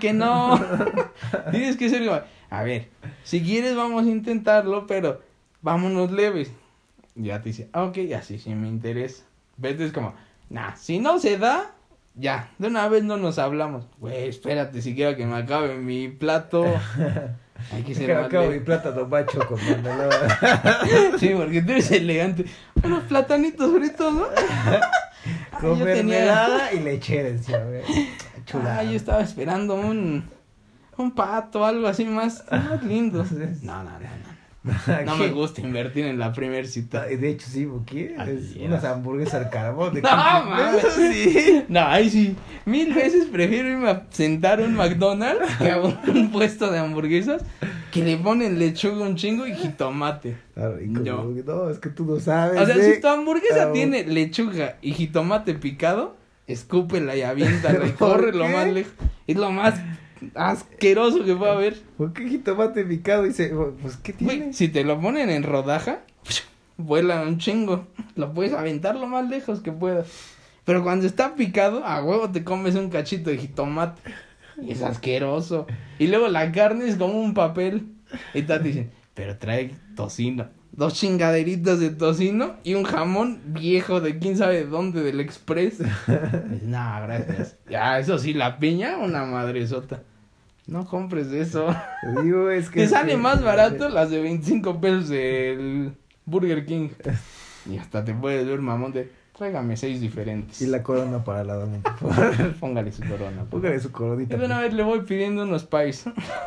Tienes que ser igual. A ver, si quieres vamos a intentarlo, pero vámonos leves. Ya te dice, ok, así sí me interesa. Vete, es como, si no se da, ya, de una vez no nos hablamos. Güey, espérate, siquiera que me acabe mi plato. Hay que ser me más acabo leve. mi plátano macho con mermelada. Sí, porque tú eres elegante. Unos platanitos fritos, ¿no? Con mermelada y lechera encima, güey. Chulada. Yo estaba esperando un pato, algo así más lindo. No. No me gusta invertir en la primer cita. De hecho, sí, ¿qué? Así es. Unas hamburguesas al carbón. No, mames. Sí. No, ahí sí. 1000 veces prefiero irme a sentar a un McDonald's que a un puesto de hamburguesas que le ponen lechuga un chingo y jitomate. No, es que tú no sabes. O sea, si tu hamburguesa tiene lechuga y jitomate picado, escúpela y aviéntala y corre lo más lejos. Es lo más asqueroso que pueda haber. ¿Por qué jitomate picado? Dice, pues, ¿qué tiene? Güey, si te lo ponen en rodaja, vuela un chingo. Lo puedes aventar lo más lejos que puedas. Pero cuando está picado, a huevo te comes un cachito de jitomate. Y es asqueroso. Y luego la carne es como un papel. Y te dicen, pero trae tocino. 2 chingaderitas de tocino y un jamón viejo de quién sabe dónde, del Express. No, gracias. Ya, eso sí, la piña, una madresota. No compres eso. Te digo, es que... Te sale más barato las de 25 pesos del Burger King. Y hasta te puedes ver mamón de... Tráigame 6 diferentes. Y la corona para la dama, por favor. Póngale su corona. Póngale su coronita. Y de una vez le voy pidiendo unos pies.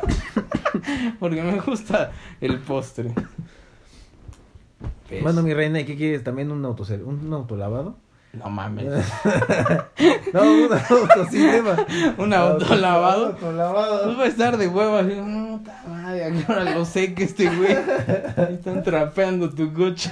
Porque me gusta el postre. ¿Ves? Bueno, mi reina, ¿y qué quieres? ¿También un autolavado? No mames. No, un autocinema. Un autolavado. Autolavado. Pues va a estar de huevo así. No, puta madre, ¿a qué hora lo sé que este güey? Están trapeando tu coche.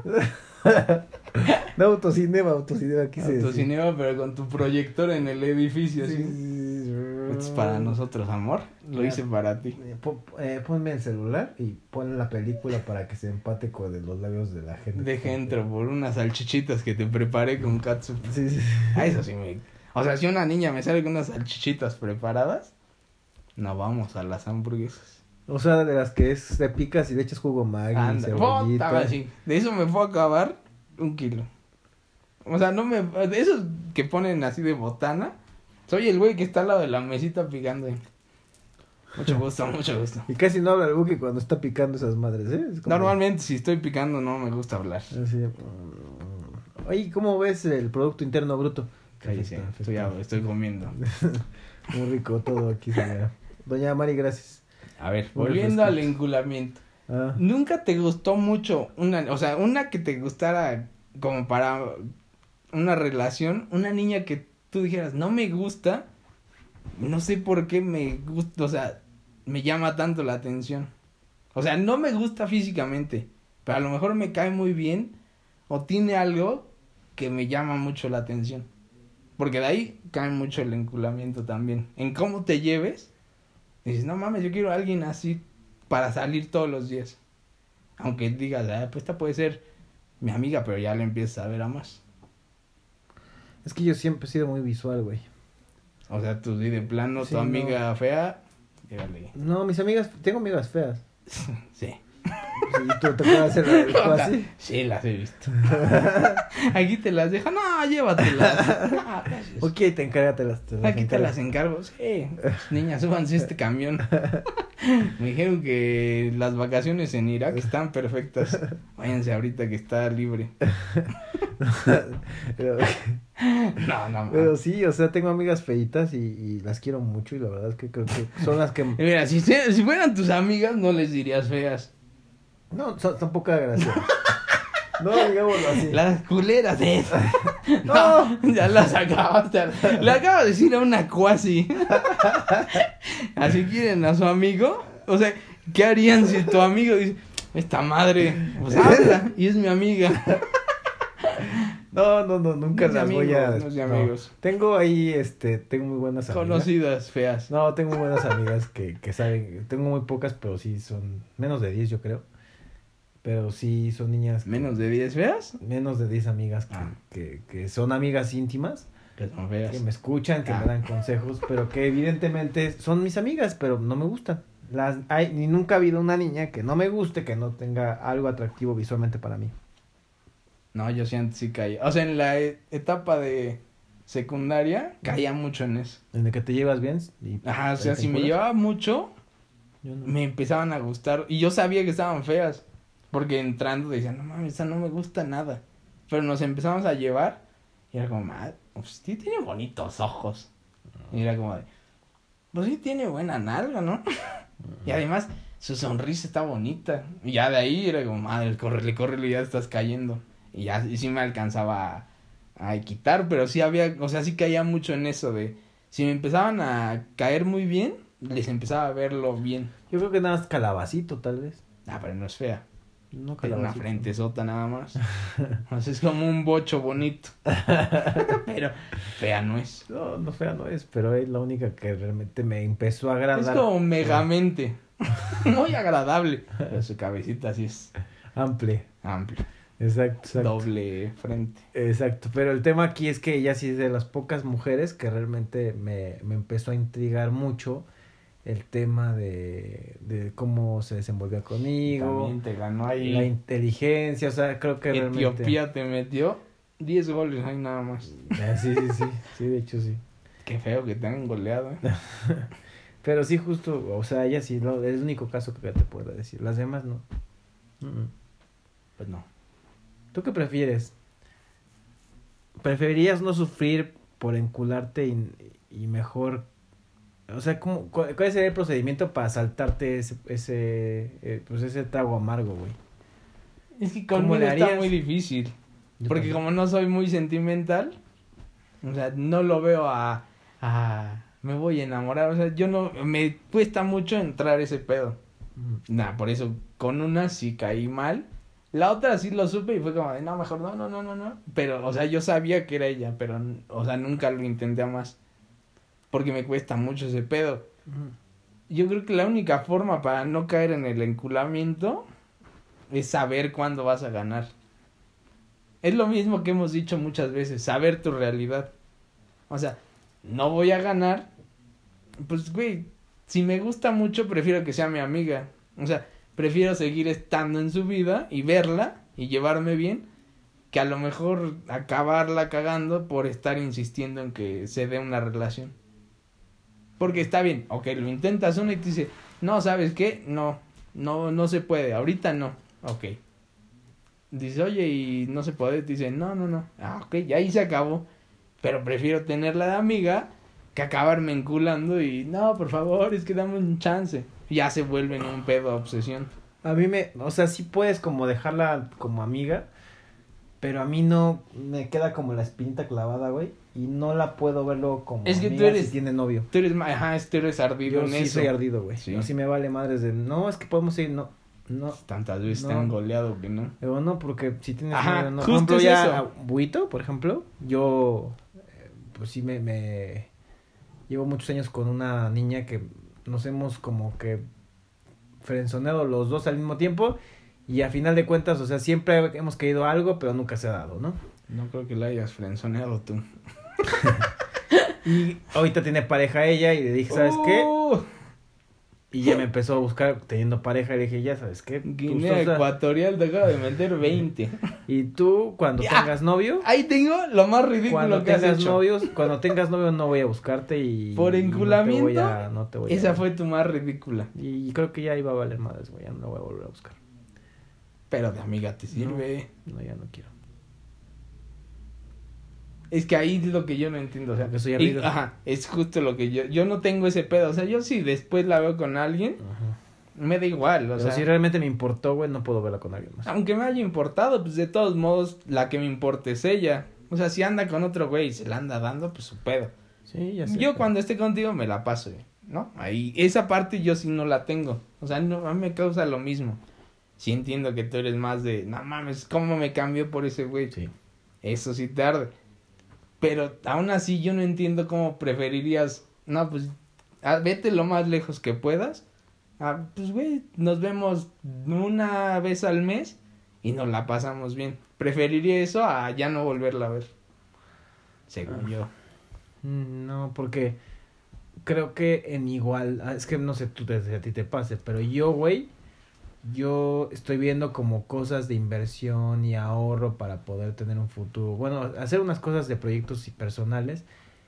No, autocinema, quise decir. Autocinema, pero con tu proyector en el edificio, así. Sí. Esto es para nosotros, amor. Lo hice para ti. Ponme el celular y pon la película para que se empate con los labios de la gente. Deja entro por unas salchichitas que te preparé con katsu. Sí. Eso sí me... O sea, si una niña me sale con unas salchichitas preparadas, no vamos a las hamburguesas. O sea, de las que te picas y le echas jugo Maggi, Anda, cebollita. así. De eso me puedo acabar 1 kilo. O sea, no me... De esos que ponen así de botana, soy el güey que está al lado de la mesita picando ahí. Mucho gusto. Y casi no habla el Buki cuando está picando esas madres, ¿eh? Es como... Normalmente si estoy picando no me gusta hablar. Así. Oye, ¿cómo ves el Producto Interno Bruto? Cállese, estoy comiendo. Muy rico todo aquí, señora. Doña Mari, gracias. A ver, Muy volviendo al refrescante. enculamiento. Ah. ¿Nunca te gustó mucho una que te gustara como para una relación, una niña que tú dijeras, no me gusta, no sé por qué me gusta, o sea, me llama tanto la atención? O sea, no me gusta físicamente, pero a lo mejor me cae muy bien o tiene algo que me llama mucho la atención. Porque de ahí cae mucho el enculamiento también. En cómo te lleves, dices, no mames, yo quiero a alguien así para salir todos los días. Aunque digas, pues esta puede ser mi amiga, pero ya le empiezas a ver a más. Es que yo siempre he sido muy visual, güey. O sea, tú de plano, Sí, tu amiga fea, llégale. No, mis amigas, tengo amigas feas. Sí. ¿Y tú te puedes hacer algo así? Sí, las he visto. Aquí te las dejan, no, llévatelas. No, gracias. Ok, te encárgatelas. Aquí te las encargo, sí. Niñas, súbanse a este camión. Me dijeron que las vacaciones en Irak están perfectas. Váyanse ahorita que está libre. pero, No. pero sí, o sea, tengo amigas feitas y las quiero mucho y la verdad es que creo que son las que... Mira, si fueran tus amigas, no les dirías feas. No, son poca gracia. No, digámoslo así. Las culeras esas. No, ya las acabaste. Le acabo de decir a una cuasi. Así quieren a su amigo. O sea, ¿qué harían si tu amigo dice, esta madre, pues habla y es mi amiga? No, nunca No es de las voy a... amigos, no es de amigos. Tengo ahí, tengo muy buenas amigas. Conocidas feas. No, tengo muy buenas amigas que saben, tengo muy pocas, pero sí son menos de 10 yo creo. Pero sí son niñas... ¿Menos de 10 feas? Menos de 10 amigas que son amigas íntimas. Que son feas. Que me escuchan, que me dan consejos, pero que evidentemente son mis amigas, pero no me gustan. Ni nunca ha habido una niña que no me guste, que no tenga algo atractivo visualmente para mí. No, yo sí antes sí caía. O sea, en la etapa de secundaria caía mucho en eso. En el que te llevas bien. Ajá, o sea, ¿te si me encuentras? llevaba mucho, Yo no. me empezaban a gustar. Y yo sabía que estaban feas. Porque entrando decían, no mames, esa no me gusta nada. Pero nos empezamos a llevar. Y era como, pues sí tiene bonitos ojos. Y era como de, pues sí tiene buena nalga, ¿no? Y además, su sonrisa está bonita. Y ya de ahí era como, madre, córrele, ya estás cayendo. Y ya, y sí me alcanzaba a quitar, pero sí había, o sea, sí caía mucho en eso de, si me empezaban a caer muy bien, les empezaba a verlo bien. Yo creo que nada más calabacito, tal vez. Pero no es fea. No Tiene una calabacito. frentezota nada más. O sea, es como un bocho bonito. Pero fea no es. No fea no es, pero es la única que realmente me empezó a agradar. Es como megamente. Muy agradable. Pero su cabecita sí es Amplia. amplia. Exacto. Doble frente. Exacto, pero el tema aquí es que ella sí es de las pocas mujeres que realmente me empezó a intrigar mucho el tema de cómo se desenvolvía conmigo, También te ganó ahí. la inteligencia, o sea, creo que Etiopía te metió 10 goles ahí nada más. Sí, de hecho sí. Qué feo que te han goleado. Pero sí, justo, o sea, ella sí, es el único caso que te puedo decir, las demás no. Pues no. ¿Tú qué prefieres? ¿Preferirías no sufrir por encularte y mejor... O sea, ¿cuál sería el procedimiento para saltarte ese trago amargo, güey? Es que ¿Cómo conmigo le está harías? muy difícil. Yo Porque también. como no soy muy sentimental, o sea, no lo veo me voy a enamorar. O sea, yo no, me cuesta mucho entrar ese pedo. Por eso con una sí caí mal. La otra sí lo supe y fue como de, no, mejor no. Pero, o sea, yo sabía que era ella, pero, o sea, nunca lo intenté a más. Porque me cuesta mucho ese pedo. Yo creo que la única forma para no caer en el enculamiento es saber cuándo vas a ganar. Es lo mismo que hemos dicho muchas veces, saber tu realidad. O sea, no voy a ganar, pues, güey, si me gusta mucho, prefiero que sea mi amiga. O sea, prefiero seguir estando en su vida y verla y llevarme bien, que a lo mejor acabarla cagando por estar insistiendo en que se dé una relación. Porque está bien, ok, lo intentas uno y te dice, no, ¿sabes qué? No se puede, ahorita no, ok. Dice, oye, y no se puede, te dice, no. Ok, ya ahí se acabó. Pero prefiero tenerla de amiga que acabarme enculando y, no, por favor, es que dame un chance. Ya se vuelve en un pedo obsesión. A mí o sea, sí puedes como dejarla como amiga, pero a mí no me queda como la espinita clavada, güey, y no la puedo ver luego como Es que amiga tú eres, si tiene novio. tú eres, tú eres ardido Yo en sí eso. soy ardido, güey. Sí. Yo sí me vale madres de, no, es que podemos ir, no. Tantas veces No. te han goleado que no. Digo, no, porque si tienes Ajá, novio, no. justo Por ejemplo, es ya eso. Buito, por ejemplo, yo pues sí me llevo muchos años con una niña que nos hemos como que frenzoneado los dos al mismo tiempo y a final de cuentas, o sea, siempre hemos querido algo, pero nunca se ha dado, ¿no? No creo que la hayas frenzoneado tú. Y ahorita tiene pareja ella y le dije, ¿sabes qué? Y ya me empezó a buscar teniendo pareja y le dije, ya sabes qué. Guinea Ecuatorial te acaba de meter 20. Y tú, cuando Ya. tengas novio, Ahí tengo lo más ridículo cuando que has tengas hecho. novios, cuando tengas novio no voy a buscarte y Por enculamiento, no te voy a esa fue tu más ridícula. y creo que ya iba a valer madres, güey, ya no la voy a volver a buscar. Pero de amiga te sirve. No, ya no quiero. Es que ahí es lo que yo no entiendo. O sea, Porque soy ardido. ajá, es justo lo que yo no tengo ese pedo. O sea, yo si después la veo con alguien, Ajá. me da igual. O Pero sea, si realmente me importó, güey, no puedo verla con alguien más. aunque me haya importado, pues de todos modos, la que me importa es ella. O sea, si anda con otro güey y se la anda dando, pues su pedo. Sí, ya sé. Yo cuando esté contigo me la paso, ¿no? Ahí, esa parte yo sí no la tengo. O sea, no, a mí me causa lo mismo. Sí entiendo que tú eres más de, no mames, ¿cómo me cambió por ese güey? Sí. Eso sí tarde. Pero aún así yo no entiendo cómo preferirías, no, pues, vete lo más lejos que puedas. Pues, güey, nos vemos una vez al mes y nos la pasamos bien. Preferiría eso a ya no volverla a ver. Según yo. No, porque creo que en igual, es que no sé tú desde a ti te pase, pero yo, güey, yo estoy viendo como cosas de inversión y ahorro para poder tener un futuro. Bueno, hacer unas cosas de proyectos y personales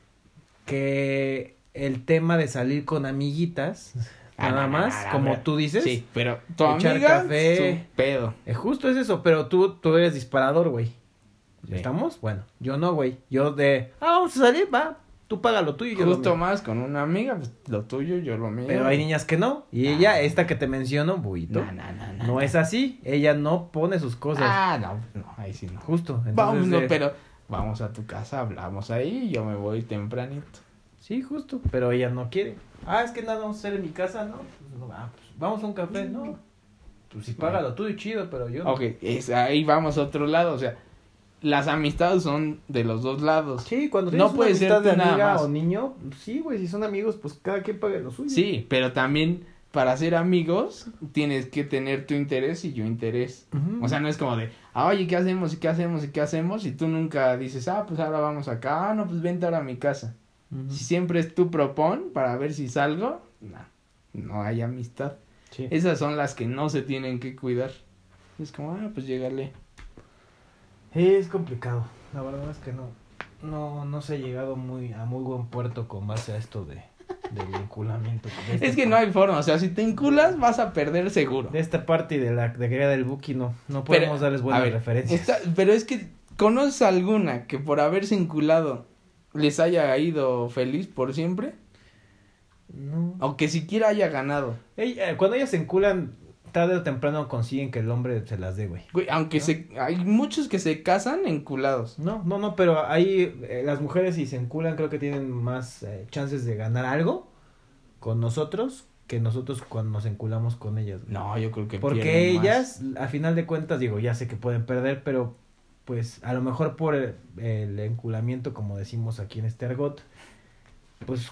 que el tema de salir con amiguitas, nada más, como tú dices. Sí, pero tu echar amiga, café. su pedo. Justo es eso, pero tú eres disparador, güey. Sí. ¿Estamos? Bueno, yo no, güey. Yo vamos a salir, va. Tú paga lo tuyo y yo lo Justo mío. más con una amiga, pues lo tuyo, yo lo mío. Pero hay niñas que no. Y ella, esta que te menciono, Buito, no es así. Ella no pone sus cosas. No, ahí sí no. Justo. Entonces, Vamos, no, pero vamos a tu casa, hablamos ahí y yo me voy tempranito. Sí, justo. Pero ella no quiere. Es que nada vamos a hacer en mi casa, ¿no? Pues, no, pues, vamos a un café, ¿no? Pues si paga lo tuyo, chido, pero yo no. Ok, ahí vamos a otro lado, o sea, las amistades son de los dos lados. Sí, cuando No tienes puede una ser amistad de tú nada amiga más. o niño, sí, güey, si son amigos, pues cada quien pague lo suyo. Sí, pero también para ser amigos tienes que tener tu interés y yo interés. Ujú. O sea, no es como de, oye, ¿qué hacemos? ¿Y qué hacemos? ¿Y qué hacemos? Y tú nunca dices, pues ahora vamos acá, no, pues vente ahora a mi casa. Ujú. Si siempre es tu propón para ver si salgo, no hay amistad. Sí. Esas son las que no se tienen que cuidar. Es como, pues llégale. Es complicado. La verdad es que no se ha llegado a muy buen puerto con base a esto del vinculamiento. Es que no hay forma, o sea, si te enculas vas a perder seguro. De esta parte y de la de guerra del Buki no podemos darles buenas a ver, referencias. pero es que, ¿conoces alguna que por haberse enculado les haya ido feliz por siempre? No. O que siquiera haya ganado. Cuando ellas se enculan, tarde o temprano consiguen que el hombre se las dé, güey. Güey, aunque hay muchos que se casan enculados. No, pero ahí las mujeres si se enculan creo que tienen más chances de ganar algo con nosotros que nosotros cuando nos enculamos con ellas, güey. No, yo creo que Porque pierden más. ellas, a final de cuentas, digo, ya sé que pueden perder, pero pues a lo mejor por el enculamiento, como decimos aquí en este argot, pues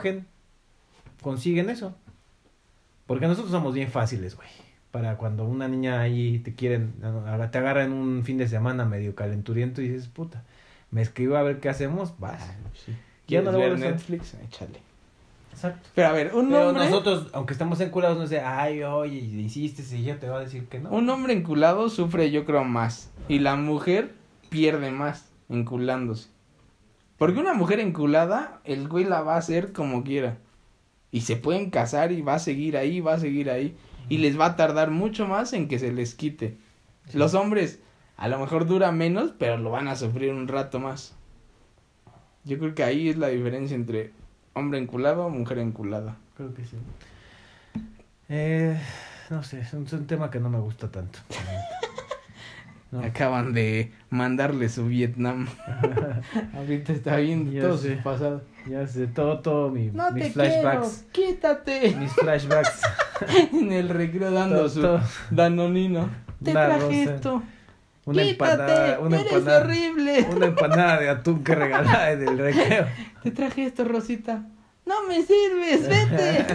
consiguen eso. Porque nosotros somos bien fáciles, güey. Para cuando una niña ahí te agarra en un fin de semana medio calenturiento y dices, puta, me escribo a ver qué hacemos, vas. Sí. Ya no ¿Quieres lo ver vuelves a hacer. Netflix? Échale. Exacto. Pero a ver, Pero hombre... nosotros, aunque estamos enculados, no sé, oye, hiciste, si ella te va a decir que no. Un hombre enculado sufre, yo creo, más. Y la mujer pierde más enculándose. Porque una mujer enculada, el güey la va a hacer como quiera. Y se pueden casar y va a seguir ahí, va a seguir ahí. Y les va a tardar mucho más en que se les quite. Sí. Los hombres, a lo mejor dura menos, pero lo van a sufrir un rato más. Yo creo que ahí es la diferencia entre hombre enculado o mujer enculada. Creo que sí. no sé, es un tema que no me gusta tanto. No. Acaban de mandarle su Vietnam. Ahorita está viendo Ya todo sé. su pasado. Ya sé, todo mis Te flashbacks. quiero, quítate. Mis flashbacks. En el recreo dando Todo, su todo. danonino. Te Una traje rosa. esto. Una Quítate, eres horrible. Una empanada de atún que regalaba en el recreo. Te traje esto, Rosita. No me sirves, vete.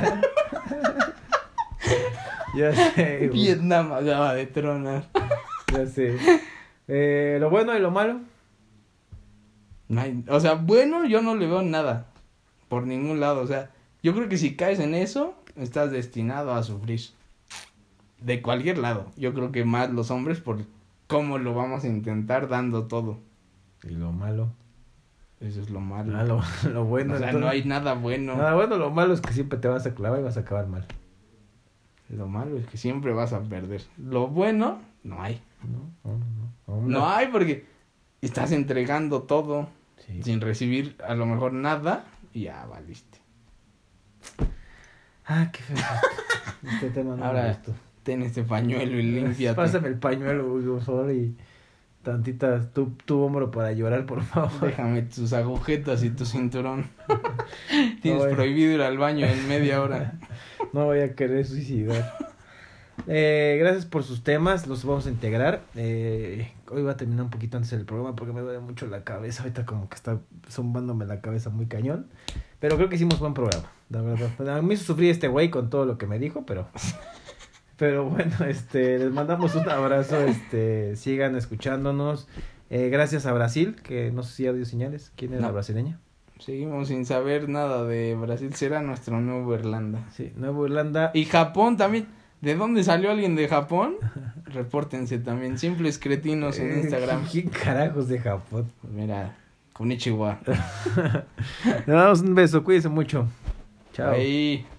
Ya sé. güey. Vietnam acaba de tronar. Ya sé. Lo bueno y lo malo. O sea, bueno, yo no le veo nada. Por ningún lado. O sea, yo creo que si caes en eso, estás destinado a sufrir. De cualquier lado. Yo creo que más los hombres por cómo lo vamos a intentar dando todo. Y lo malo. Eso es lo malo. Lo bueno. O sea, entonces- no hay nada bueno. Nada bueno, lo malo es que siempre te vas a clavar y vas a acabar mal. Lo malo es que siempre vas a perder. Lo bueno, no hay. No. No hay porque estás entregando todo Sí. sin recibir a lo mejor nada y ya valiste. Ah, qué feo. Este tema no Ahora, me gustó. ten este pañuelo y límpiate. Pásame el pañuelo, güey, por favor, y tantita tu hombro para llorar, por favor. Déjame tus agujetas y tu cinturón. Tienes Ay. prohibido ir al baño en media hora. No voy a querer suicidar. Gracias por sus temas, los vamos a integrar. Hoy va a terminar un poquito antes del programa porque me duele mucho la cabeza. Ahorita como que está zumbándome la cabeza muy cañón. Pero creo que hicimos buen programa, la verdad. A mí sufrí este güey con todo lo que me dijo, pero bueno, les mandamos un abrazo. Sigan escuchándonos. Gracias a Brasil, que no sé si ya dio señales. ¿Quién es la No. brasileña? Seguimos sin saber nada de Brasil. Será nuestro nuevo Irlanda. Sí, Nueva Irlanda. Y Japón también. ¿De dónde salió alguien de Japón? Repórtense también. Simples cretinos en Instagram. ¿Quién carajos de Japón? Pues mira, Konnichiwa. Le damos un beso, cuídense mucho. Chao. Ahí.